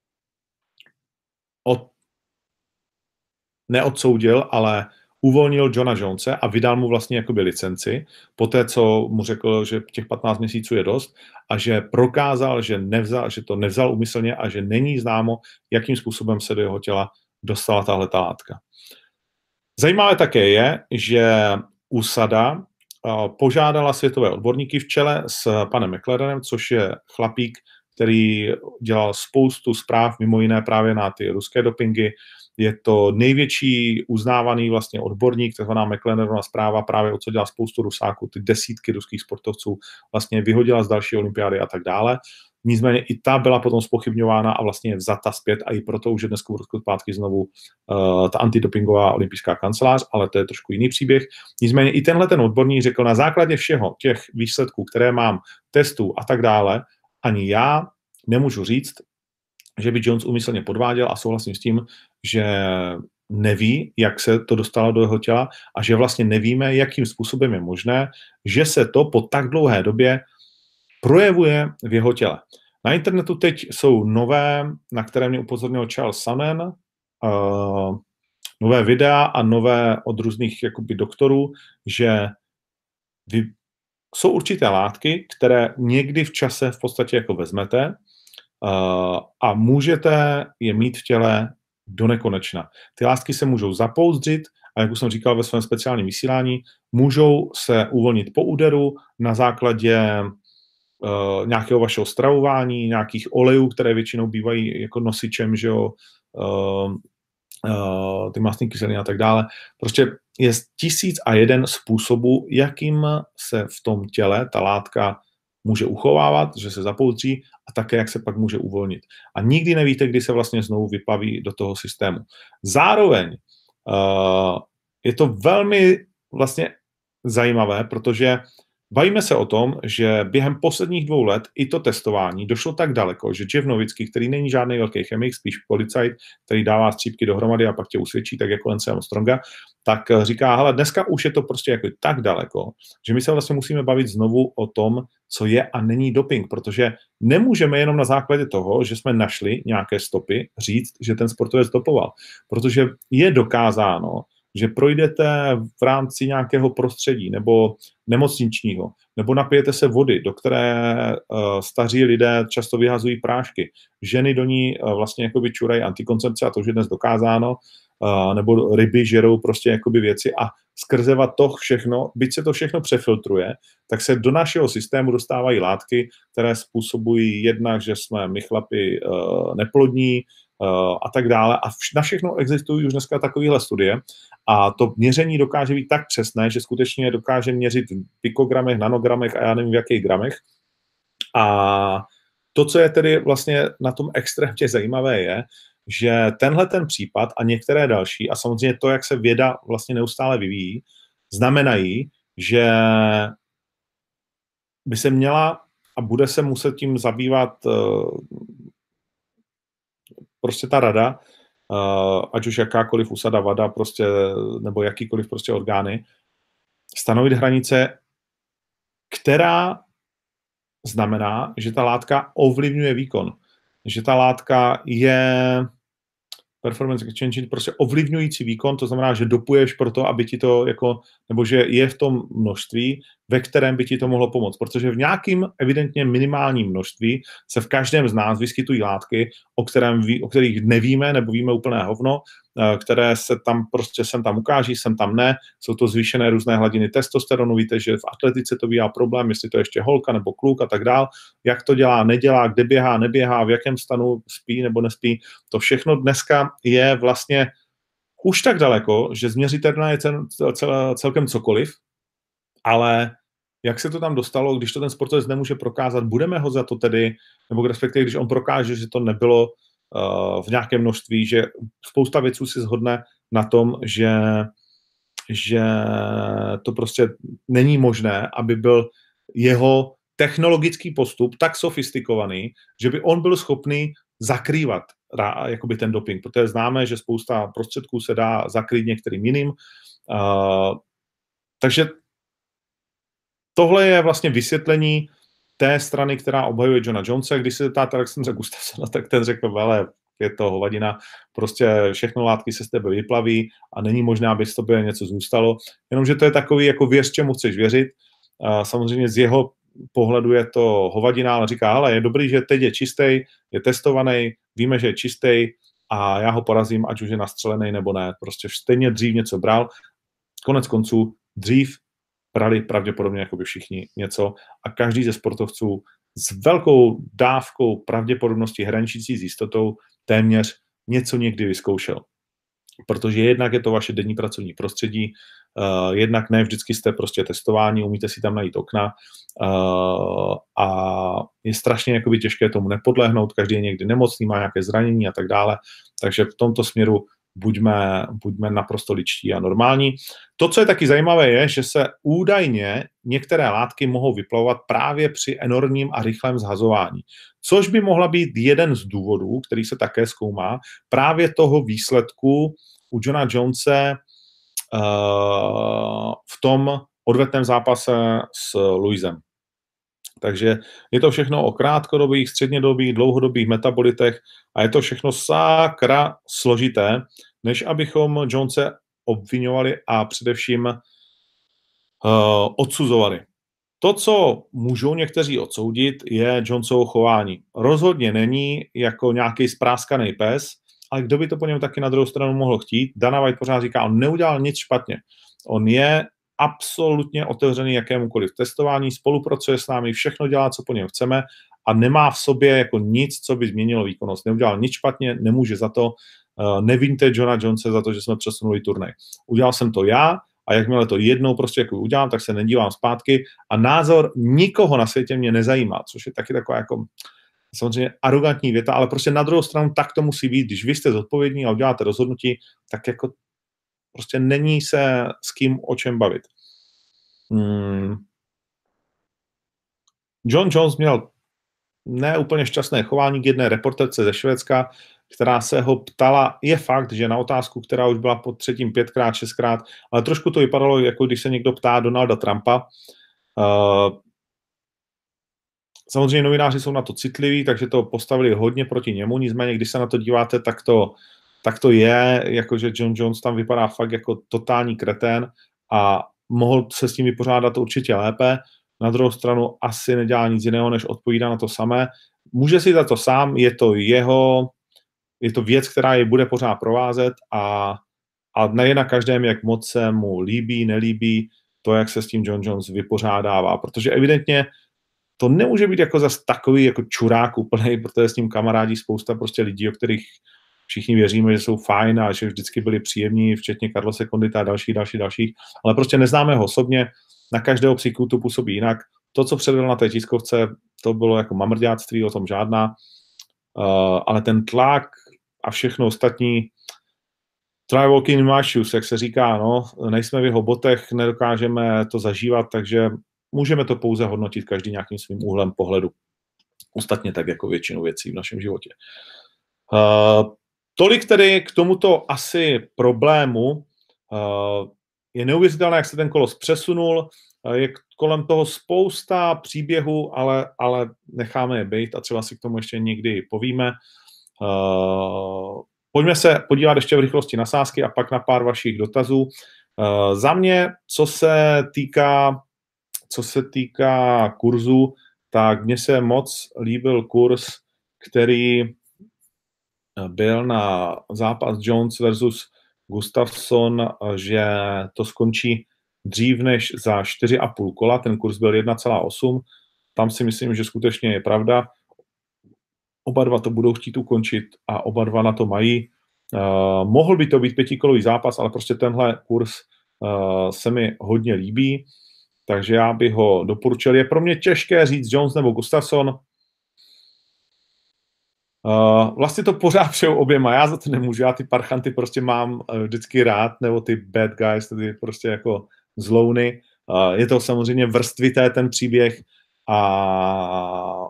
neodsoudil, ale uvolnil Johna Jonese a vydal mu vlastně jakoby licenci, poté co mu řekl, že těch 15 měsíců je dost a že prokázal, že to nevzal úmyslně a že není známo, jakým způsobem se do jeho těla dostala tahleta látka. Zajímavé také je, že USADA požádala světové odborníky v čele s panem McLarenem, což je chlapík, který dělal spoustu zpráv, mimo jiné právě na ty ruské dopingy. Je to největší uznávaný vlastně odborník, takzvaná McLennerova zpráva, právě o co dělá spoustu Rusáků, ty desítky ruských sportovců vlastně vyhodila z další olympiády a tak dále. Nicméně i ta byla potom zpochybňována a vlastně je vzata zpět a i proto už je dnes v Rusku zpátky znovu ta antidopingová olympijská kancelář, ale to je trošku jiný příběh. Nicméně i tenhle ten odborník řekl, na základě všeho těch výsledků, které mám, testů a tak dále, ani já nemůžu říct, že by Jones úmyslně podváděl a souhlasím s tím, že neví, jak se to dostalo do jeho těla a že vlastně nevíme, jakým způsobem je možné, že se to po tak dlouhé době projevuje v jeho těle. Na internetu teď jsou nové, na které mě upozornil Charles Sannen, nové videa a nové od různých jakoby doktorů, že jsou určité látky, které někdy v čase v podstatě jako vezmete a můžete je mít v těle do nekonečna. Ty látky se můžou zapouzdřit a jak už jsem říkal ve svém speciálním vysílání, můžou se uvolnit po úderu na základě nějakého vašeho stravování, nějakých olejů, které většinou bývají jako nosičem, že jo, ty mastné kyseliny a tak dále. Prostě je 1001 způsobů, jakým se v tom těle ta látka může uchovávat, že se zapouzdří a také, jak se pak může uvolnit. A nikdy nevíte, kdy se vlastně znovu vyplaví do toho systému. Zároveň je to velmi vlastně zajímavé, protože bavíme se o tom, že během posledních 2 let i to testování došlo tak daleko, že Jeff Novický, který není žádný velký chemik, spíš policajt, který dává střípky dohromady a pak tě usvědčí, tak jako Lance Armstronga, tak říká, hele, dneska už je to prostě jako tak daleko, že my se vlastně musíme bavit znovu o tom, co je a není doping, protože nemůžeme jenom na základě toho, že jsme našli nějaké stopy, říct, že ten sportovec dopoval, protože je dokázáno, že projdete v rámci nějakého prostředí nebo nemocničního, nebo napijete se vody, do které staří lidé často vyhazují prášky. Ženy do ní vlastně jakoby čurají antikoncepce, a to už je dnes dokázáno, nebo ryby žerou prostě jakoby věci a skrze to všechno, byť se to všechno přefiltruje, tak se do našeho systému dostávají látky, které způsobují jednak, že jsme my chlapi neplodní, a tak dále. A na všechno existují už dneska takovéhle studie a to měření dokáže být tak přesné, že skutečně dokáže měřit v pikogramech, nanogramech a já nevím v jakých gramech. A to, co je tedy vlastně na tom extrémně zajímavé, je, že tenhle ten případ a některé další, a samozřejmě to, jak se věda vlastně neustále vyvíjí, znamenají, že by se měla a bude se muset tím zabývat prostě ta rada, ať už jakákoliv úsada, vada, prostě, nebo jakýkoliv prostě orgány, stanovit hranice, která znamená, že ta látka ovlivňuje výkon. Že ta látka je performance exchange, prostě ovlivňující výkon, to znamená, že dopuješ pro to, aby ti to jako, nebo že je v tom množství, ve kterém by ti to mohlo pomoct. Protože v nějakým evidentně minimálním množství se v každém z nás vyskytují látky, o kterých nevíme, nebo víme úplné hovno, které se tam prostě sem tam ukáží, sem tam ne. Jsou to zvýšené různé hladiny testosteronu. Víte, že v atletice to bývá problém, jestli to ještě holka nebo kluk a tak dál. Jak to dělá, nedělá, kde běhá, neběhá, v jakém stanu spí nebo nespí. To všechno dneska je vlastně už tak daleko, že změřitelné je celkem cokoliv, ale jak se to tam dostalo, když to ten sportovec nemůže prokázat, budeme ho za to tedy, nebo respektive, když on prokáže, že to nebylo v nějakém množství, že spousta věců si shodne na tom, že to prostě není možné, aby byl jeho technologický postup tak sofistikovaný, že by on byl schopný zakrývat jakoby ten doping, protože známe, že spousta prostředků se dá zakrýt některým jiným. Takže tohle je vlastně vysvětlení té strany, která obhajuje Johna Jonese. Když se zeptáte Alexandra Gustafsona, tak ten řekl, vele, je to hovadina, prostě všechno látky se z tebe vyplaví a není možné, aby z tebe něco zůstalo. Jenomže to je takový, jako věř, čemu chceš věřit. Samozřejmě z jeho pohledu je to hovadina, ale říká, ale je dobrý, že teď je čistý, je testovaný, víme, že je čistý a já ho porazím, ať už je nastřelený nebo ne. Prostě stejně dřív něco bral. Konec konců dřív brali pravděpodobně jako by všichni něco a každý ze sportovců s velkou dávkou pravděpodobnosti hraničící s jistotou téměř něco někdy vyzkoušel. Protože jednak je to vaše denní pracovní prostředí, jednak ne vždycky jste prostě testováni, umíte si tam najít okna a je strašně jakoby těžké tomu nepodlehnout, každý je někdy nemocný, má nějaké zranění a tak dále, takže v tomto směru buďme naprosto ličtí a normální. To, co je taky zajímavé, je, že se údajně některé látky mohou vyplavovat právě při enormním a rychlém zhazování. Což by mohla být jeden z důvodů, který se také zkoumá, právě toho výsledku u Johna Jonese v tom odvetném zápase s Louisem. Takže je to všechno o krátkodobých, střednědobých, dlouhodobých metabolitech a je to všechno sakra složité, než abychom Jonese obviňovali a především odsuzovali. To, co můžou někteří odsoudit, je Jonesovo chování. Rozhodně není jako nějaký spráskaný pes, ale kdo by to po něm taky na druhou stranu mohl chtít? Dana White pořád říká, on neudělal nic špatně. On je absolutně otevřený jakémukoliv testování, spolupracuje s námi, všechno dělá, co po něm chceme a nemá v sobě jako nic, co by změnilo výkonnost. Neudělal nic špatně, nemůže za to, neviňte Johna Jonese za to, že jsme přesunuli turnaj. Udělal jsem to já a jakmile to jednou prostě jako udělám, tak se nedívám zpátky a názor nikoho na světě mě nezajímá, což je taky taková jako samozřejmě arrogantní věta, ale prostě na druhou stranu tak to musí být. Když vy jste zodpovědní a uděláte rozhodnutí, tak jako prostě není se s kým o čem bavit. John Jones měl neúplně šťastné chování k jedné reporterce ze Švédska, která se ho ptala, je fakt, že na otázku, která už byla po třetím 5x, 6x, ale trošku to vypadalo, jako když se někdo ptá Donalda Trumpa. Samozřejmě novináři jsou na to citliví, takže to postavili hodně proti němu, nicméně když se na to díváte, tak to je, jakože John Jones tam vypadá fakt jako totální kretén a mohl se s tím vypořádat určitě lépe. Na druhou stranu asi nedělá nic jiného, než odpovídá na to samé. Může si za to sám, je to věc, která je bude pořád provázet a ne na každém, jak moc se mu líbí, nelíbí to, jak se s tím John Jones vypořádává, protože evidentně to nemůže být jako zas takový jako čurák úplnej, protože s ním kamarádí spousta prostě lidí, o kterých všichni věříme, že jsou fajn a že vždycky byli příjemní, včetně Carlose Condita a dalších, ale prostě neznáme ho osobně, na každého psychiku působí jinak. To, co předvedl na té tiskovce, to bylo jako mamrďáctví, o tom žádná, ale ten tlak a všechno ostatní, try walking in my shoes, jak se říká, no, nejsme v jeho botech, nedokážeme to zažívat, takže můžeme to pouze hodnotit každý nějakým svým úhlem pohledu. Ostatně tak jako většinu věcí v našem životě. Tolik tedy k tomuto asi problému. Je neuvěřitelné, jak se ten kolos přesunul. Je kolem toho spousta příběhů, ale necháme je být a třeba si k tomu ještě někdy povíme. Pojďme se podívat ještě v rychlosti na sázky a pak na pár vašich dotazů. Za mě, co se týká kurzu, tak mně se moc líbil kurz, který byl na zápas Jones versus Gustafsson, že to skončí dřív než za 4,5 kola, ten kurz byl 1,8, tam si myslím, že skutečně je pravda. Oba dva to budou chtít ukončit a oba dva na to mají. Mohl by to být 5kolový zápas, ale prostě tenhle kurz se mi hodně líbí, takže já bych ho doporučil. Je pro mě těžké říct Jones nebo Gustafsson. Vlastně to pořád přeju oběma, já za to nemůžu, já ty parchanty prostě mám vždycky rád, nebo ty bad guys, tedy prostě jako zlouny. Je to samozřejmě vrstvité ten příběh a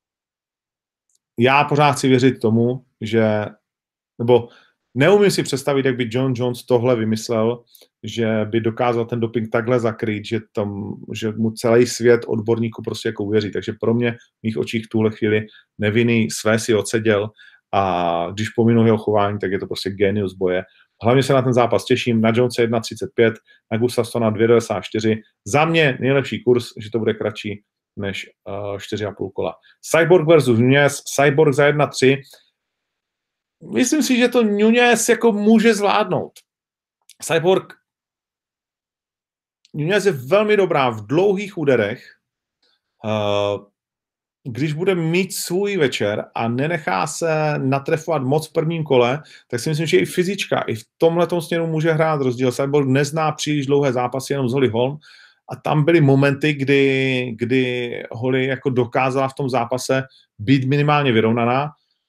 já pořád chci věřit tomu, nebo neumím si představit, jak by John Jones tohle vymyslel, že by dokázal ten doping takhle zakrýt, že mu celý svět odborníků prostě jako uvěří. Takže pro mě v mých očích v tuhle chvíli nevinný své si odseděl a když pominu jeho chování, tak je to prostě genius boje. Hlavně se na ten zápas těším, na Jonese 1,35, na Gustafssona 2,94. Za mě nejlepší kurz, že to bude kratší než 4,5 kola. Cyborg versus Nunez, Cyborg za 1,3. Myslím si, že to Nunez jako může zvládnout. Nunez je velmi dobrá v dlouhých úderech. když bude mít svůj večer a nenechá se natrefovat moc v prvním kole, tak si myslím, že i fyzička i v tomhletom směru může hrát rozdíl. Cyborg nezná příliš dlouhé zápasy jenom z Holly Holm a tam byly momenty, kdy Holly jako dokázala v tom zápase být minimálně vyrovnaná.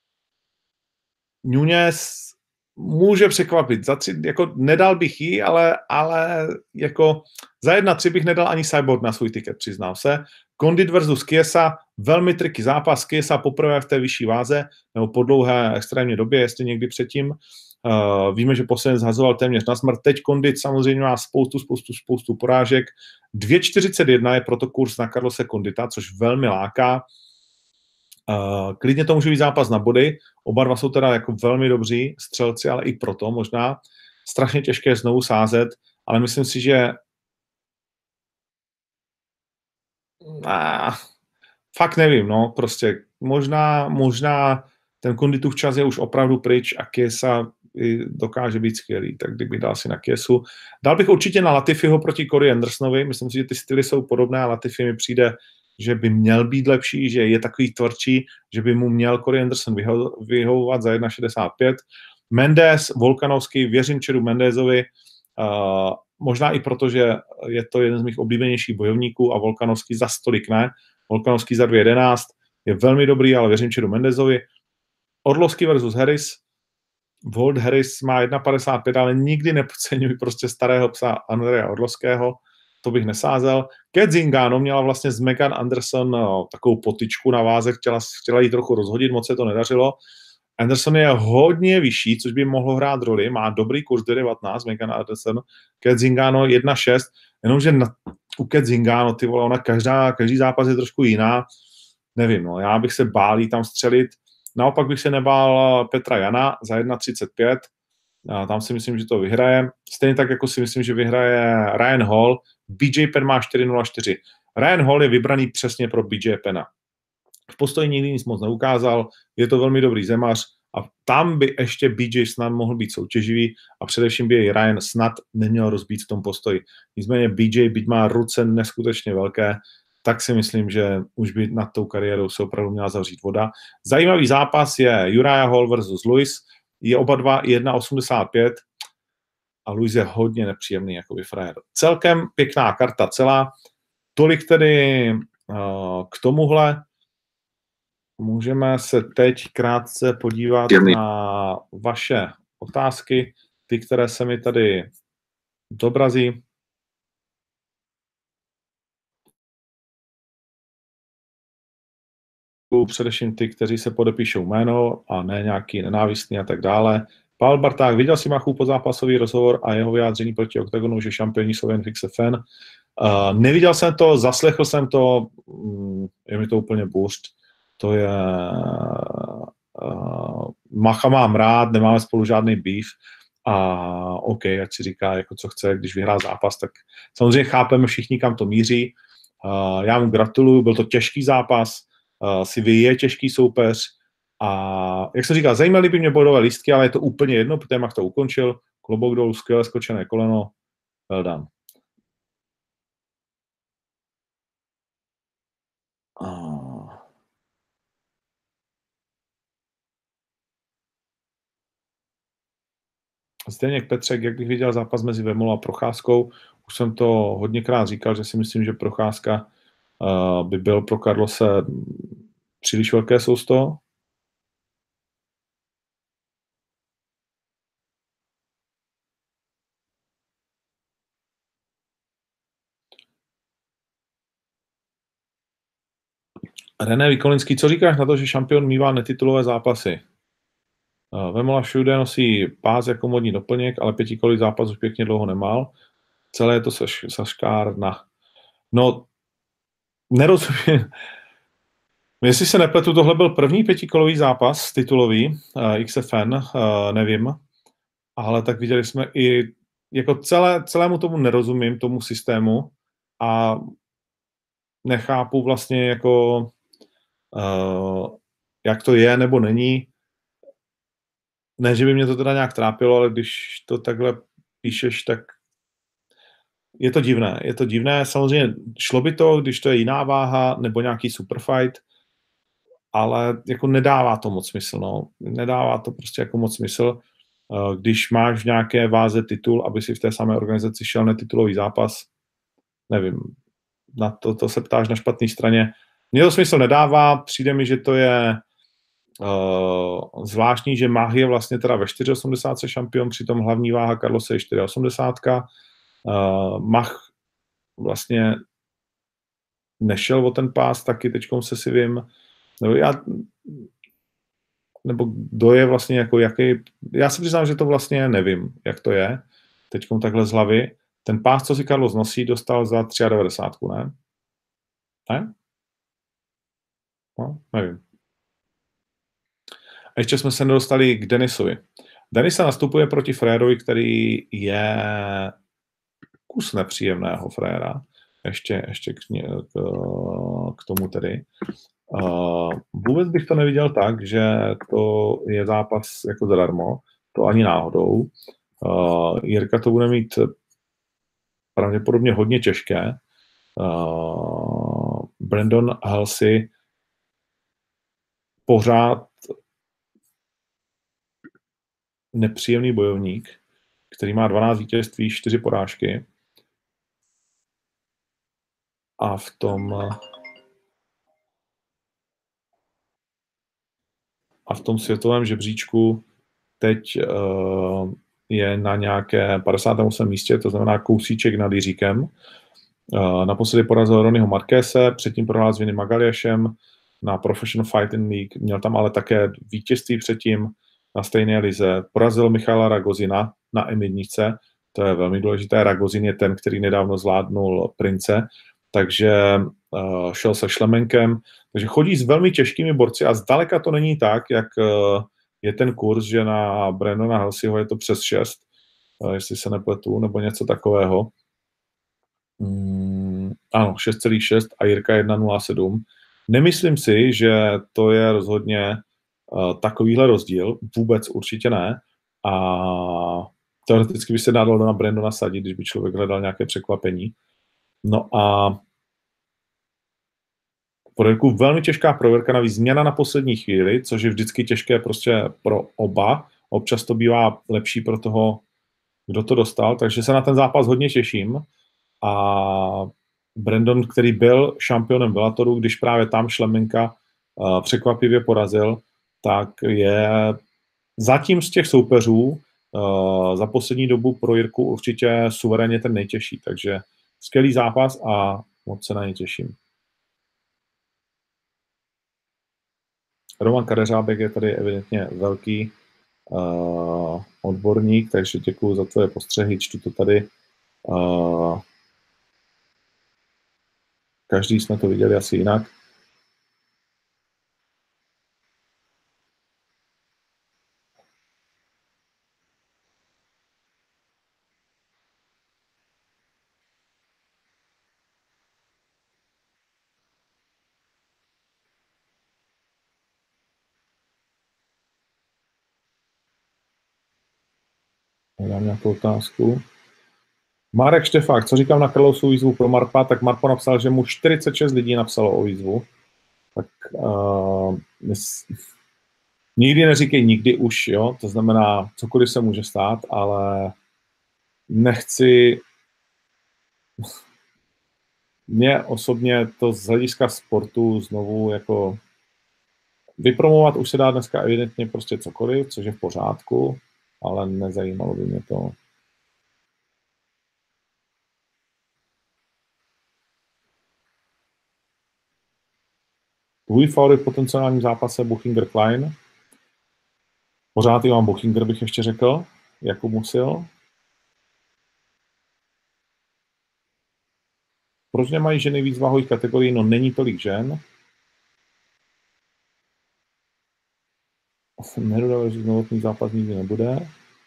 Nunes může překvapit. Jako nedal bych jí, ale jako za 1-3 bych nedal ani Cyborg na svůj tiket, přiznám se. Condit versus Chiesa, velmi triky zápas. Chiesa poprvé v té vyšší váze, nebo po dlouhé extrémně době, jestli někdy předtím. Víme, že posledně zhazoval téměř na smrt. Teď Condit samozřejmě má spoustu porážek. 2,41 je proto kurz na Carlose Condita, což velmi láká. Klidně to může být zápas na body. Oba dva jsou teda jako velmi dobří střelci, ale i proto možná strašně těžké znovu sázet, ale myslím si, že fakt nevím, no, prostě možná ten Conditův čas je už opravdu pryč a Chiesa dokáže být skvělý, tak kdybych dal si na Chiesu. Dal bych určitě na Latifiho proti Corey Andersonovi, myslím si, že ty styly jsou podobné a Latifi mi přijde, že by měl být lepší, že je takový tvrdší, že by mu měl Corey Anderson vyhovovat za 1,65. Mendes, Volkanovský, věřím Chedu Mendezovi, možná i proto, že je to jeden z mých oblíbenějších bojovníků a Volkanovský za stolik ne. Volkanovský za 2,11 je velmi dobrý, ale věřím Chedu Mendezovi. Orlovský versus Harris. Walt Harris má 1,55, ale nikdy nepodceňuji prostě starého psa Andreja Orlovského. To bych nesázel. Cat Zingano měla vlastně s Megan Anderson takovou potyčku na váze, chtěla jí trochu rozhodit, moc se to nedařilo. Anderson je hodně vyšší, což by mohlo hrát roli, má dobrý kurz 2,19, Megan Anderson, Cat Zingano 1,6, jenomže u Cat Zingano, ty vole, ona každý zápas je trošku jiná, nevím, no, já bych se bál jí tam střelit, naopak bych se nebál Petra Jana za 1,35, tam si myslím, že to vyhraje. Stejně tak, jako si myslím, že vyhraje Ryan Hall. BJ Penn má 4,04. Ryan Hall je vybraný přesně pro BJ Penna. V postoji nikdy nic moc neukázal, je to velmi dobrý zemař a tam by ještě BJ snad mohl být soutěživý a především by jej Ryan snad neměl rozbít v tom postoji. Nicméně BJ, byť má ruce neskutečně velké, tak si myslím, že už by nad tou kariérou se opravdu měla zavřít voda. Zajímavý zápas je Uriah Hall versus Lewis. Je oba dva 1,85 a Luis je hodně nepříjemný jakoby frajer. Celkem pěkná karta celá. Tolik tedy k tomuhle. Můžeme se teď krátce podívat na vaše otázky, ty, které se mi tady zobrazí. Především ty, kteří se podepíšou jméno a ne nějaký nenávistný a tak dále. Pavel Barták, viděl si Machu pozápasový rozhovor a jeho vyjádření proti OKTAGONu, že šampioni jsou jen fixe fan. Neviděl jsem to, zaslechl jsem to, je mi to úplně burst. To je... Macha mám rád, nemáme spolu žádný beef a OK, ať si říká, jako co chce, když vyhrá zápas, tak samozřejmě chápeme všichni, kam to míří. Já mu gratuluju, byl to těžký zápas, Sivy je těžký soupeř a jak se říká, zajímaly by mě bodové lístky, ale je to úplně jedno, protože Mach to ukončil, klobouk dolů, skvěle skočené koleno, well done. Zdeněk Petřek, jak bych viděl zápas mezi Vemolou a Procházkou, už jsem to hodněkrát říkal, že si myslím, že Procházka by byl pro Carlose příliš velké sousto. René Vikolinský, co říkáš na to, že šampion mívá netitulové zápasy? Vemola všude nosí pás jako modní doplněk, ale pětikolový zápas už pěkně dlouho nemal. Celé je to saškárna. No, nerozumím. Jestli se nepletu, tohle byl první pětikolový zápas titulový, XFN, nevím, ale tak viděli jsme i, jako celému tomu nerozumím, tomu systému a nechápu vlastně jako, jak to je nebo není. Ne, že by mě to teda nějak trápilo, ale když to takhle píšeš, tak je to divné. Je to divné, samozřejmě šlo by to, když to je jiná váha nebo nějaký superfight, ale jako nedává to moc smysl, no. Nedává to prostě jako moc smysl, když máš v nějaké váze titul, aby si v té samé organizaci šel na titulový zápas, nevím, na to se ptáš na špatné straně. Mně to smysl nedává, přijde mi, že to je zvláštní, že Mach je vlastně teda ve 4,80 šampion, přitom hlavní váha Carlose je 4,80. Mach vlastně nešel o ten pás taky, teďkom se si vím, nebo kdo je vlastně jako jaký, já si přiznám, že to vlastně nevím, jak to je, teďkom takhle z hlavy. Ten pás, co si Carlos nosí, dostal za 93, ne? Ne? No, nevím. A ještě jsme se nedostali k Denisovi. Denisa nastupuje proti Frérovi, který je kus nepříjemného fréra. Ještě k tomu tedy. Vůbec bych to neviděl tak, že to je zápas jako zadarmo. To ani náhodou. Jirka to bude mít pravděpodobně hodně těžké. Brandon Halsey pořád nepříjemný bojovník, který má 12 vítězství, 4 porážky. A v tom světovém žebříčku teď je na nějaké 58. místě, to znamená kousíček nad Jiříkem. Naposledy porazil Ronnieho Marquese, předtím prohrál s Vinny Magaliešem na Professional Fighting League, měl tam ale také vítězství předtím na stejné lize. Porazil Michaela Ragozina na M1, to je velmi důležité. Ragozin je ten, který nedávno zvládnul Prince, takže šel se Šlemenkem, takže chodí s velmi těžkými borci a zdaleka to není tak, jak je ten kurz, že na Brandona Halseyho je to přes 6, jestli se nepletu, nebo něco takového. Ano, 6,6 a Jirka 1,07. Nemyslím si, že to je rozhodně takovýhle rozdíl, vůbec určitě ne. A teoreticky by se dalo na Brandona sadit, když by člověk hledal nějaké překvapení. No a pro Jirku velmi těžká prověrka, navíc změna na poslední chvíli, což je vždycky těžké prostě pro oba. Občas to bývá lepší pro toho, kdo to dostal, takže se na ten zápas hodně těším. A Brandon, který byl šampionem Bellatoru, když právě tam Šlemenka překvapivě porazil, tak je zatím z těch soupeřů za poslední dobu pro Jirku určitě suverénně ten nejtěžší. Takže skvělý zápas a moc se na ně těším. Roman Kadeřábek je tady evidentně velký odborník, takže děkuji za tvoje postřehy, čtu to tady. Každý jsme to viděli asi jinak. Dám nějakou otázku. Marek Štefák, co říkám na Carlosovu výzvu pro Marpa, tak Marpo napsal, že mu 46 lidí napsalo o výzvu. Tak nikdy neříkej nikdy už, jo, to znamená, cokoliv se může stát, ale nechci, mě osobně to z hlediska sportu znovu jako vypromovat už se dá dneska evidentně prostě cokoliv, což je v pořádku, ale nezajímalo by mě to. Tvůj favorit v potenciálním zápase Buchinger Klein. Pořád Ivan Buchinger bych ještě řekl, Jakub Musil. Proč nemají ženy víc váhových kategorií? No není tolik žen. Neruda, že novotný zápas nikdy nebude.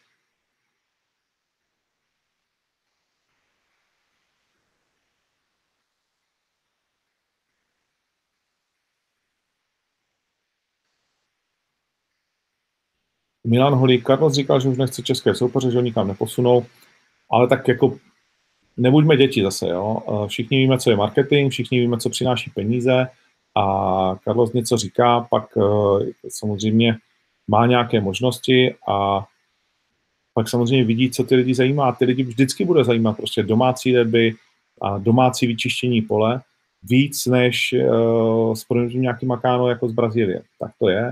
Milan Holík, Carlos říkal, že už nechce české soupeře, že ho nikam neposunou, ale tak jako nebuďme děti zase, jo. Všichni víme, co je marketing, všichni víme, co přináší peníze a Carlos něco říká, pak samozřejmě má nějaké možnosti a pak samozřejmě vidí, co ty lidi zajímá. Ty lidi vždycky bude zajímat prostě domácí derby a domácí vyčištění pole víc než s proměnutím nějaký Makáno jako z Brazílie. Tak to je.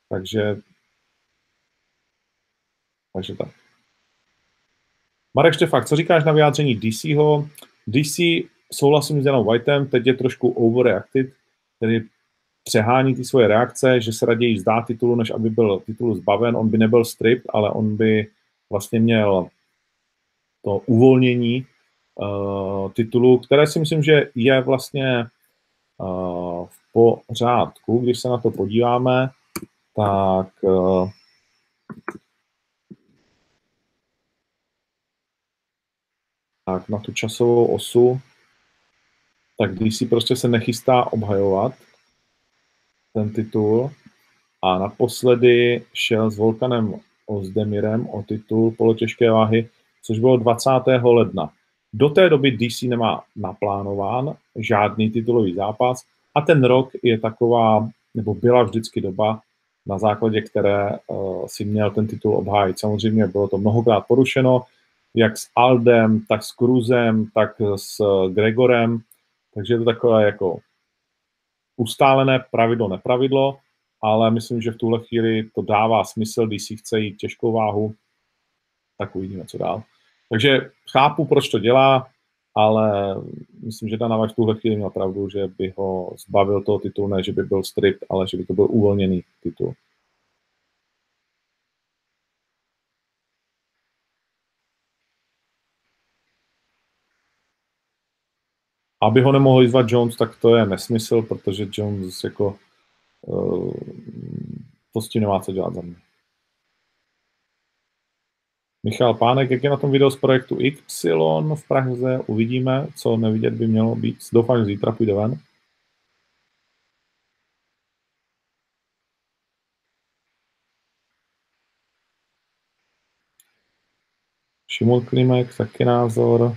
Takže tak. Marek Štefák, co říkáš na vyjádření DCho? DC souhlasím s Janou Whiteem, teď je trošku overreacted, tedy přehání ty svoje reakce, že se raději vzdá titulu, než aby byl titulu zbaven. On by nebyl stripped, ale on by vlastně měl to uvolnění titulu, které si myslím, že je vlastně v pořádku. Když se na to podíváme, tak na tu časovou osu, tak DC prostě se nechystá obhajovat ten titul a naposledy šel s Volkanem Ozdemirem o titul polotěžké váhy, což bylo 20. ledna. Do té doby DC nemá naplánován žádný titulový zápas a ten rok je taková, nebo byla vždycky doba, na základě které si měl ten titul obhájit. Samozřejmě bylo to mnohokrát porušeno, jak s Aldem, tak s Cruzem, tak s Gregorem, takže je to takové jako ustálené pravidlo, nepravidlo, ale myslím, že v tuhle chvíli to dává smysl, když si chce jít těžkou váhu, tak uvidíme, co dál. Takže chápu, proč to dělá, ale myslím, že Dana White v tuhle chvíli měl pravdu, že by ho zbavil toho titulu, ne, že by byl stripped, ale že by to byl uvolněný titul. Aby ho nemohl jizvat Jones, tak to je nesmysl, protože Jones jako to s tím nemá co dělat za mě. Michal Pánek, jak je na tom video z projektu Y v Praze, uvidíme, co nevidět by mělo být. Doufám, že zítra půjde ven. Šimon Klimek, taky názor.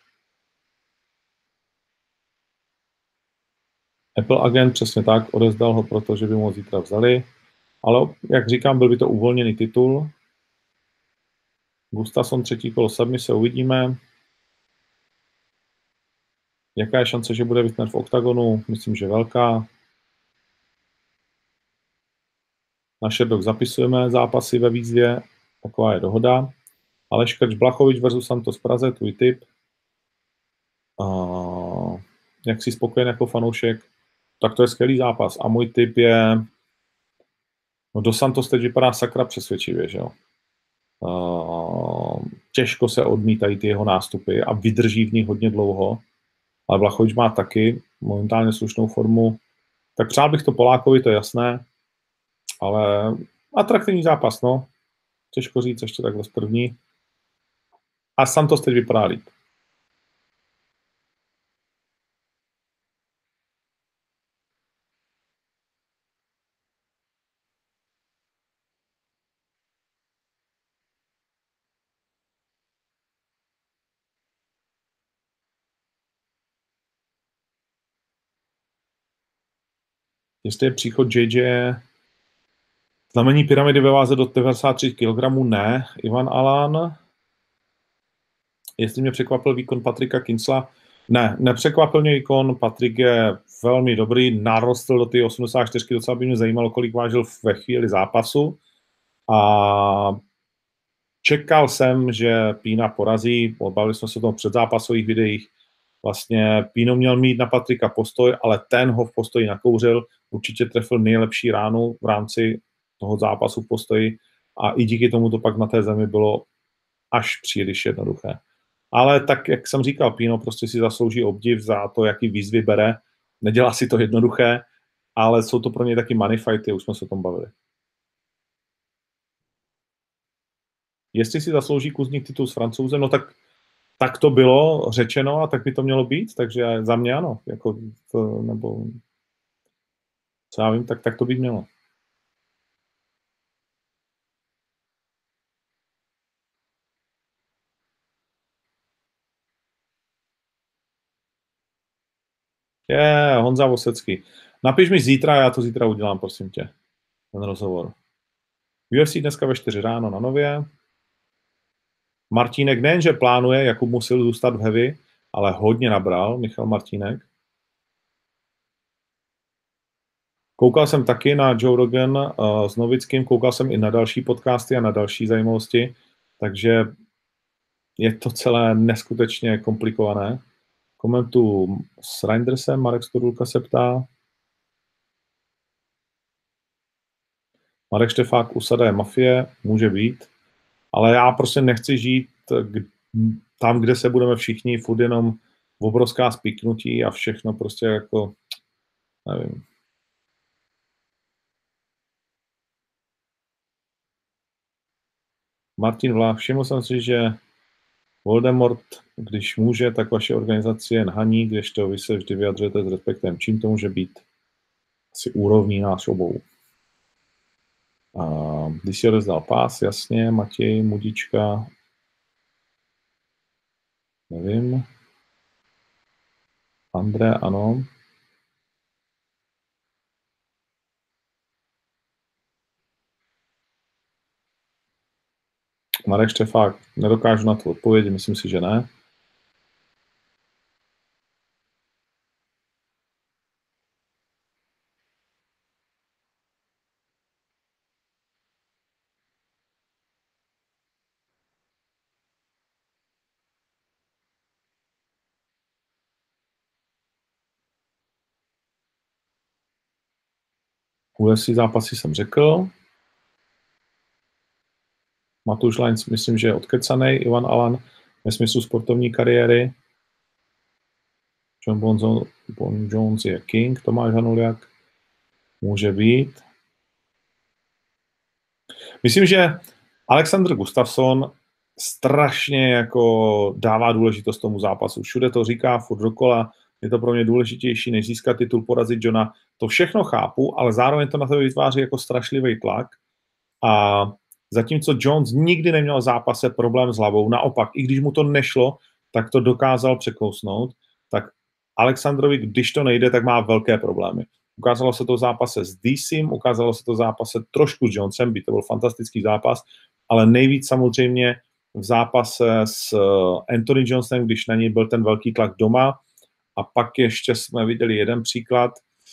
Apple agent, přesně tak, odezdal ho proto, že by mu ho zítra vzali. Ale jak říkám, byl by to uvolněný titul. Gustafsson třetí kolo submise, uvidíme. Jaká je šance, že bude Whitmer v oktagonu? Myslím, že velká. Na Sherdog zapisujeme zápasy ve výzvě, taková je dohoda. Aleš Krč Blachovič versus Santos Praze, tvůj tip. Jak jsi spokojen jako fanoušek? Tak to je skvělý zápas. A můj tip je, no do Santos teď vypadá sakra přesvědčivě, že jo. Těžko se odmítají ty jeho nástupy a vydrží v nich hodně dlouho. Ale Blachovič má taky momentálně slušnou formu. Tak přál bych to Polákovi, to je jasné, ale atraktivní zápas, no. Těžko říct ještě takhle z první. A Santos teď vypadá líp. Jestli je příchod JJ znamení pyramidy ve váze do 93 kg, ne. Ivan Alan. Jestli mě překvapil výkon Patrika Kinsla, ne, nepřekvapil mě výkon. Patrik je velmi dobrý, narostl do ty 84, docela by mě zajímalo, kolik vážil ve chvíli zápasu. A čekal jsem, že Pína porazí, bavili jsme se o tom v předzápasových videích, vlastně Píno měl mít na Patrika postoj, ale ten ho v postoji nakouřil, určitě trefil nejlepší ránu v rámci toho zápasu v postoji a i díky tomu to pak na té zemi bylo až příliš jednoduché. Ale tak, jak jsem říkal, Píno prostě si zaslouží obdiv za to, jaký výzvy bere. Nedělá si to jednoduché, ale jsou to pro něj taky money fighty, už jsme se o tom bavili. Jestli si zaslouží Kuzník titul s Francouzem, no tak to bylo řečeno a tak by to mělo být, takže za mě ano, jako to, nebo co já vím, tak to by mělo. Honza Vosecký. Napiš mi zítra, já to zítra udělám, prosím tě. Ten rozhovor. UFC dneska ve 4 ráno na Nově. Martínek nejenže plánuje, Jakub musel zůstat v heavy, ale hodně nabral Michal Martínek. Koukal jsem taky na Joe Rogan s Novickým, koukal jsem i na další podcasty a na další zajímavosti, takže je to celé neskutečně komplikované. Komentu s Reindersem, Marek Stodulka se ptá. Marek Štefák, Usada je mafie, může být, ale já prostě nechci žít tam, kde se budeme všichni furt jenom obrovská spiknutí a všechno prostě jako, nevím. Martin Vlách, všiml jsem si, že Voldemort, když může, tak vaše organizace jen haní, kdežto vy se vždy vyjadřujete s respektem. Čím to může být? Asi úrovní nás obou. Když si odezdal pás, jasně, Matěj, Mudička, nevím. André, ano. Marek Štefák, nedokážu na to odpovědět, myslím si, že ne. UFC zápasy jsem řekl. Matouš Lajnc, myslím, že je odkecanej. Ivan Alan ve smyslu sportovní kariéry. John Bon Jones je king. Tomáš Hanuliak může být. Myslím, že Alexander Gustafsson strašně jako dává důležitost tomu zápasu. Všude to říká, furt dokola, je to pro mě důležitější, než získat titul, porazit Johna. To všechno chápu, ale zároveň to na to vytváří jako strašlivý tlak. A zatímco Jones nikdy neměl v zápase problém s hlavou, naopak, i když mu to nešlo, tak to dokázal překousnout, tak Alexandrovi, když to nejde, tak má velké problémy. Ukázalo se to v zápase s DCem, ukázalo se to v zápase trošku s Jonesem, by to byl fantastický zápas, ale nejvíc samozřejmě v zápase s Anthony Johnsonem, když na něj byl ten velký tlak doma. A pak ještě jsme viděli jeden příklad,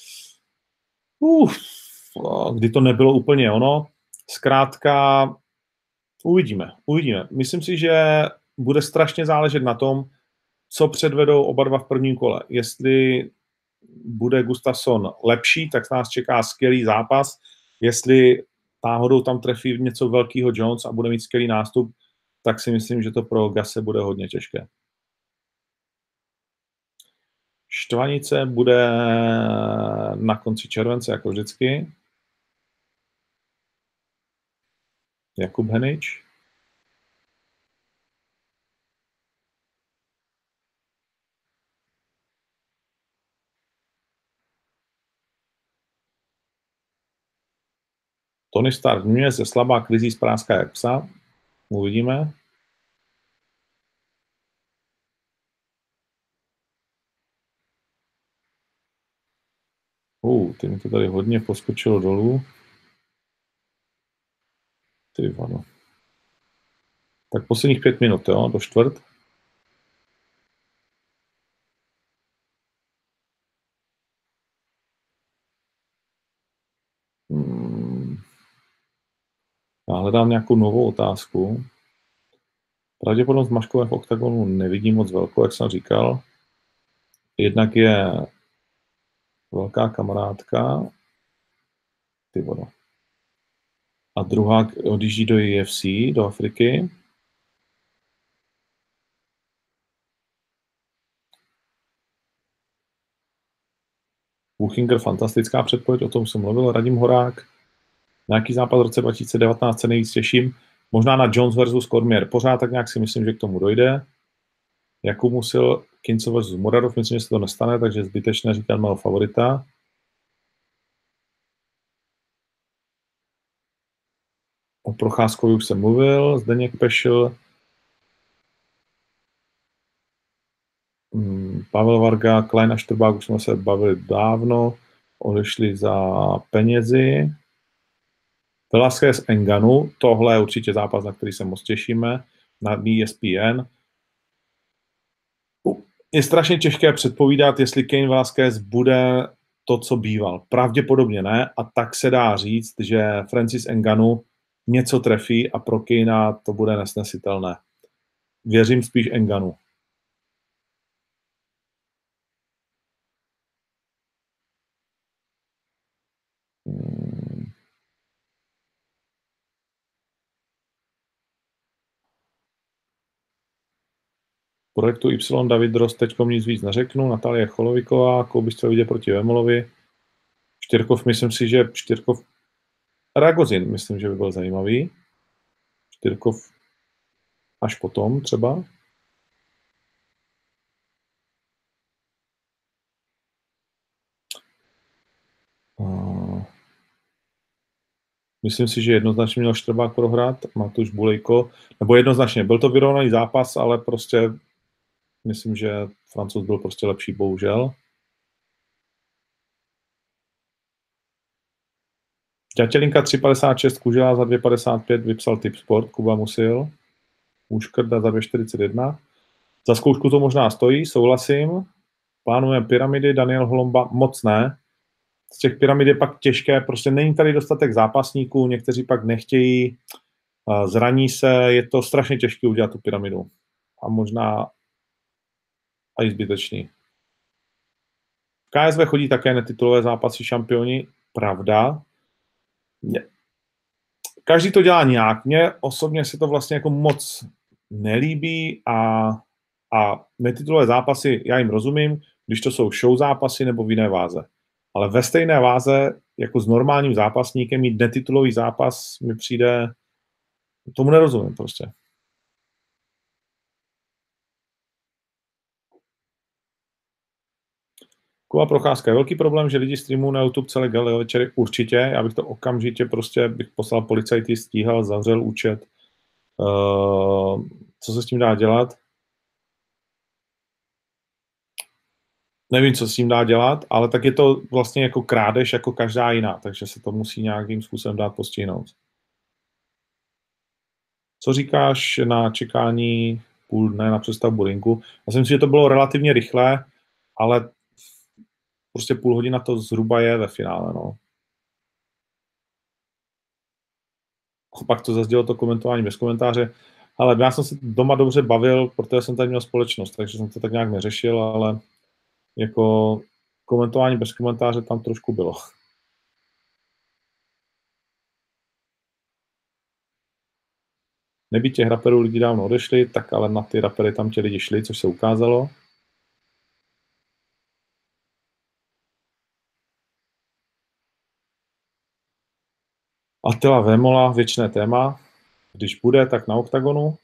kdy to nebylo úplně ono. Zkrátka, uvidíme. Myslím si, že bude strašně záležet na tom, co předvedou oba dva v prvním kole. Jestli bude Gustafsson lepší, tak nás čeká skvělý zápas. Jestli náhodou tam trefí něco velkého Jones a bude mít skvělý nástup, tak si myslím, že to pro Gase bude hodně těžké. Štvanice bude na konci července, jako vždycky. Jakub Henič. Tony Stark Núñez je slabá, krizí správská jak psa. Uvidíme. Ty mi to tady hodně poskočilo dolů. Ty vano. Tak posledních 5 minut, jo, do čtvrt. Já hledám nějakou novou otázku. Pravděpodobnost Maškové v oktagonu nevidím moc velkou, jak jsem říkal. Jednak je velká kamarádka. Ty vodo. A druhá odjíždí do UFC, do Afriky. Buchinger, fantastická předpověď, o tom jsem mluvil. Radim Horák, nějaký zápas v roce 2019 se nejvíc těším. Možná na Jones versus Cormier. Pořád tak nějak si myslím, že k tomu dojde. Jakub Musil, Kinco versus Muradov, myslím, že se to nestane, takže zbytečné říkat mého favorita. O Procházkovi už jsem mluvil. Zdeněk Pešil. Pavel Varga, Klein a Štrbák, už jsme se bavili dávno, odešli za penězi. Velázquez Enganu, tohle je určitě zápas, na který se moc těšíme, na ESPN. Je strašně těžké předpovídat, jestli Cain Velázquez bude to, co býval. Pravděpodobně ne, a tak se dá říct, že Francis Ngannou něco trefí a pro Caina to bude nesnesitelné. Věřím spíš Ngannou. Projektu Y David Drost teďkom nic víc neřeknu. Natalie Choloviková, koho bych chtěl vidět proti Vemolovi. Štyrkov, myslím si, že Štyrkov Ragozin, myslím, že by byl zajímavý. Štyrkov až potom třeba. Myslím si, že jednoznačně měl Štrbák prohrát, Matuš Bulejko, nebo jednoznačně, byl to vyrovnaný zápas, ale prostě myslím, že Francouz byl prostě lepší, bohužel. Ťatělinka 3,56, Kužela za 2,55, vypsal Tipsport, Kuba Musil, Úškrda za 2,41. Za zkoušku to možná stojí, souhlasím. Plánujeme pyramidy, Daniel Holomba moc ne. Z těch pyramid je pak těžké, prostě není tady dostatek zápasníků, někteří pak nechtějí, zraní se, je to strašně těžké udělat tu pyramidu. A možná i zbytečný. V KSV chodí také netitulové zápasy šampioni, pravda. Každý to dělá nějak. Mně osobně se to vlastně jako moc nelíbí a netitulové zápasy, já jim rozumím, když to jsou show zápasy nebo v jiné váze. Ale ve stejné váze, jako s normálním zápasníkem, mít netitulový zápas mi přijde, tomu nerozumím prostě. Kuba Procházka je velký problém, že lidi streamují na YouTube celé gale večery. Určitě, já bych to okamžitě prostě bych poslal policajty, stíhal, zavřel účet. Co se s tím dá dělat? Nevím, co s tím dá dělat, ale tak je to vlastně jako krádež, jako každá jiná, takže se to musí nějakým způsobem dát postihnout. Co říkáš na čekání půl dne na přestavbu rinku? Já si myslím, že to bylo relativně rychlé, ale prostě půl hodina to zhruba je ve finále, no. A pak to zazdělo to komentování bez komentáře. Ale já jsem se doma dobře bavil, protože jsem tady měl společnost, takže jsem to tak nějak neřešil, ale jako komentování bez komentáře tam trošku bylo. Nebýt těch raperů lidi dávno odešli, tak ale na ty rapery tam ti lidi šli, což se ukázalo. Attila Vémola, věčné téma. Když bude, tak na OKTAGONu.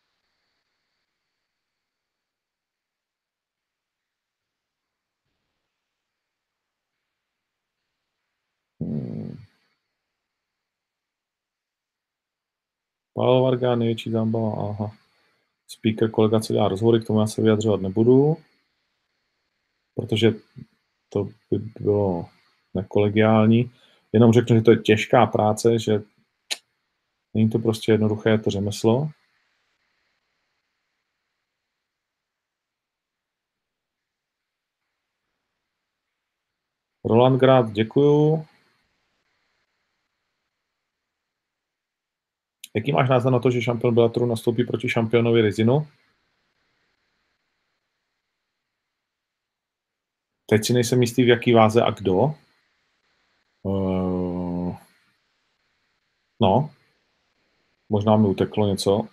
Pavel Varga, největší zábava, aha. Speaker, kolega, co dělá rozhovory, k tomu já se vyjadřovat nebudu, protože to by bylo nekolegiální. Jenom řeknu, že to je těžká práce, že není to prostě jednoduché, je to řemeslo. Roland Grad, děkuju. Jaký máš názor na to, že šampion Bellatoru nastoupí proti šampionovi Rizinu? Teď si nejsem jistý, v jaký váze a kdo. No, možná mi uteklo něco.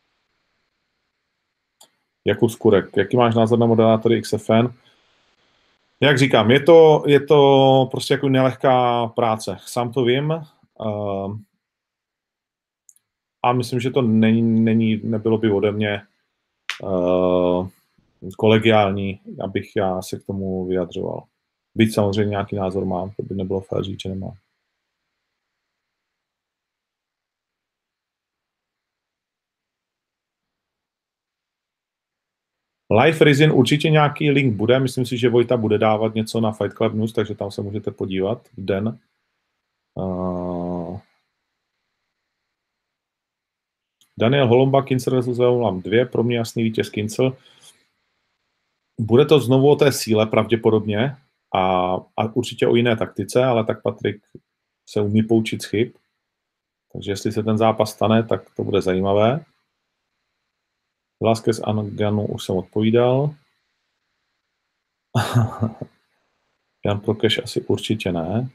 Jakub Skurek, jaký máš názor na moderátory XFN? Jak říkám, je to prostě jako nelehká práce. Sám to vím. A myslím, že to nebylo by ode mě kolegiální, abych já se k tomu vyjadřoval. Byť samozřejmě nějaký názor mám, to by nebylo fér říct, že nemám. Live Resin určitě nějaký link bude, myslím si, že Vojta bude dávat něco na Fight Club News, takže tam se můžete podívat v den. Daniel Holomba, Kincel vs. Zaulam 2, pro mě jasný vítěz Kincel. Bude to znovu o té síle pravděpodobně a určitě o jiné taktice, ale tak Patrik se umí poučit z chyb. Takže jestli se ten zápas stane, tak to bude zajímavé. Velázquez a Ngannou už jsem odpovídal. Jan Prokeš asi určitě ne.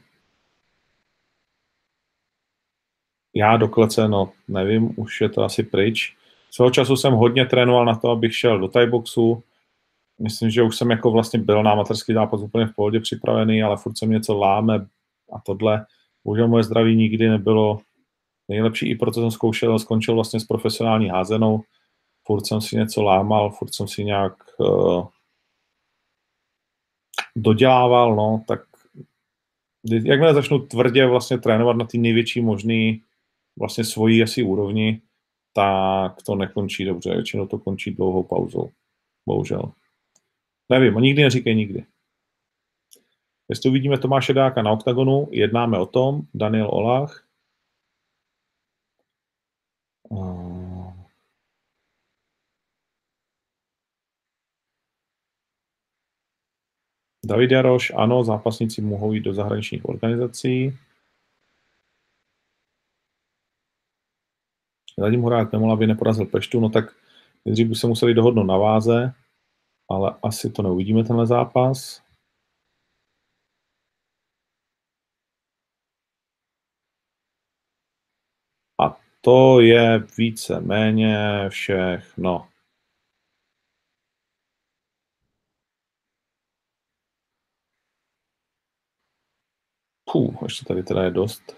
Já do klece, no nevím, už je to asi pryč. Svého času jsem hodně trénoval na to, abych šel do Thai boxu. Myslím, že už jsem jako vlastně byl na amatérský zápas úplně v pohodě připravený, ale furt se mi něco láme a tohle. Bohužel moje zdraví nikdy nebylo nejlepší, i proto jsem skončil vlastně s profesionální házenou. Furt jsem si něco lámal, furt jsem si nějak dodělával, no, tak jakmile začnu tvrdě vlastně trénovat na ty největší možný vlastně svojí asi úrovni, tak to nekončí dobře. Většinou to končí dlouhou pauzou. Bohužel. Nevím, nikdy neříkej nikdy. Jestli uvidíme Tomáše Dáka na oktagonu, jednáme o tom. Daniel Olach. David Jaroš, ano, zápasníci mohou jít do zahraničních organizací. Radim Horák nemohl, aby neporazil Peštu, no tak nejdřív by se museli dohodnout na váze, ale asi to neuvidíme, tenhle zápas. A to je více-méně všechno. Ještě tady teda je dost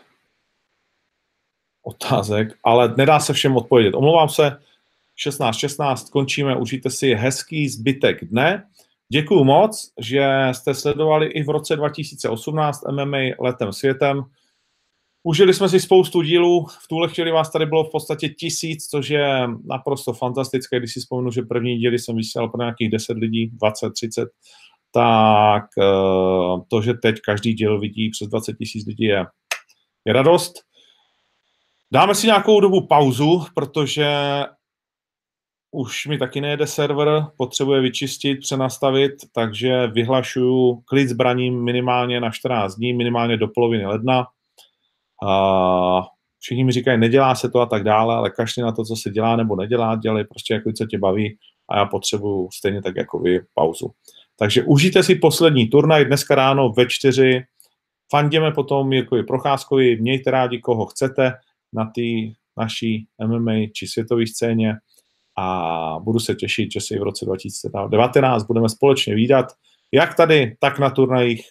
otázek, ale nedá se všem odpovědět. Omlouvám se, 16:16 končíme, užijte si hezký zbytek dne. Děkuju moc, že jste sledovali i v roce 2018 MMA letem světem. Užili jsme si spoustu dílů, v tuhle chvíli vás tady bylo v podstatě 1000, což je naprosto fantastické, když si vzpomenu, že první díly jsem vysílal pro nějakých 10 lidí, 20, 30, tak to, že teď každý díl vidí přes 20 000 lidí je radost. Dáme si nějakou dobu pauzu, protože už mi taky nejede server, potřebuje vyčistit, přenastavit, takže vyhlašuju klid zbraním minimálně na 14 dní, minimálně do poloviny ledna. Všichni mi říkají, nedělá se to a tak dále, ale kašli na to, co se dělá nebo nedělá, dělej prostě jako co tě baví a já potřebuju stejně tak jako vy pauzu. Takže užijte si poslední turnaj dneska ráno ve 4. Fanděme potom Jirkovi Procházkovi, mějte rádi, koho chcete na té naší MMA či světové scéně a budu se těšit, že se i v roce 2019 budeme společně vídat, jak tady, tak na turnajích.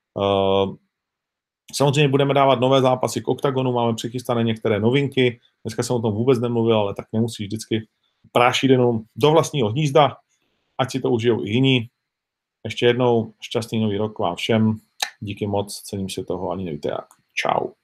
Samozřejmě budeme dávat nové zápasy k oktagonu, máme přichystané některé novinky, dneska jsem o tom vůbec nemluvil, ale tak nemusíš vždycky prášit jenom do vlastního hnízda, ať si to užijou i jiní. Ještě jednou šťastný nový rok vám všem, díky moc, cením si toho, ani nevíte jak. Čau.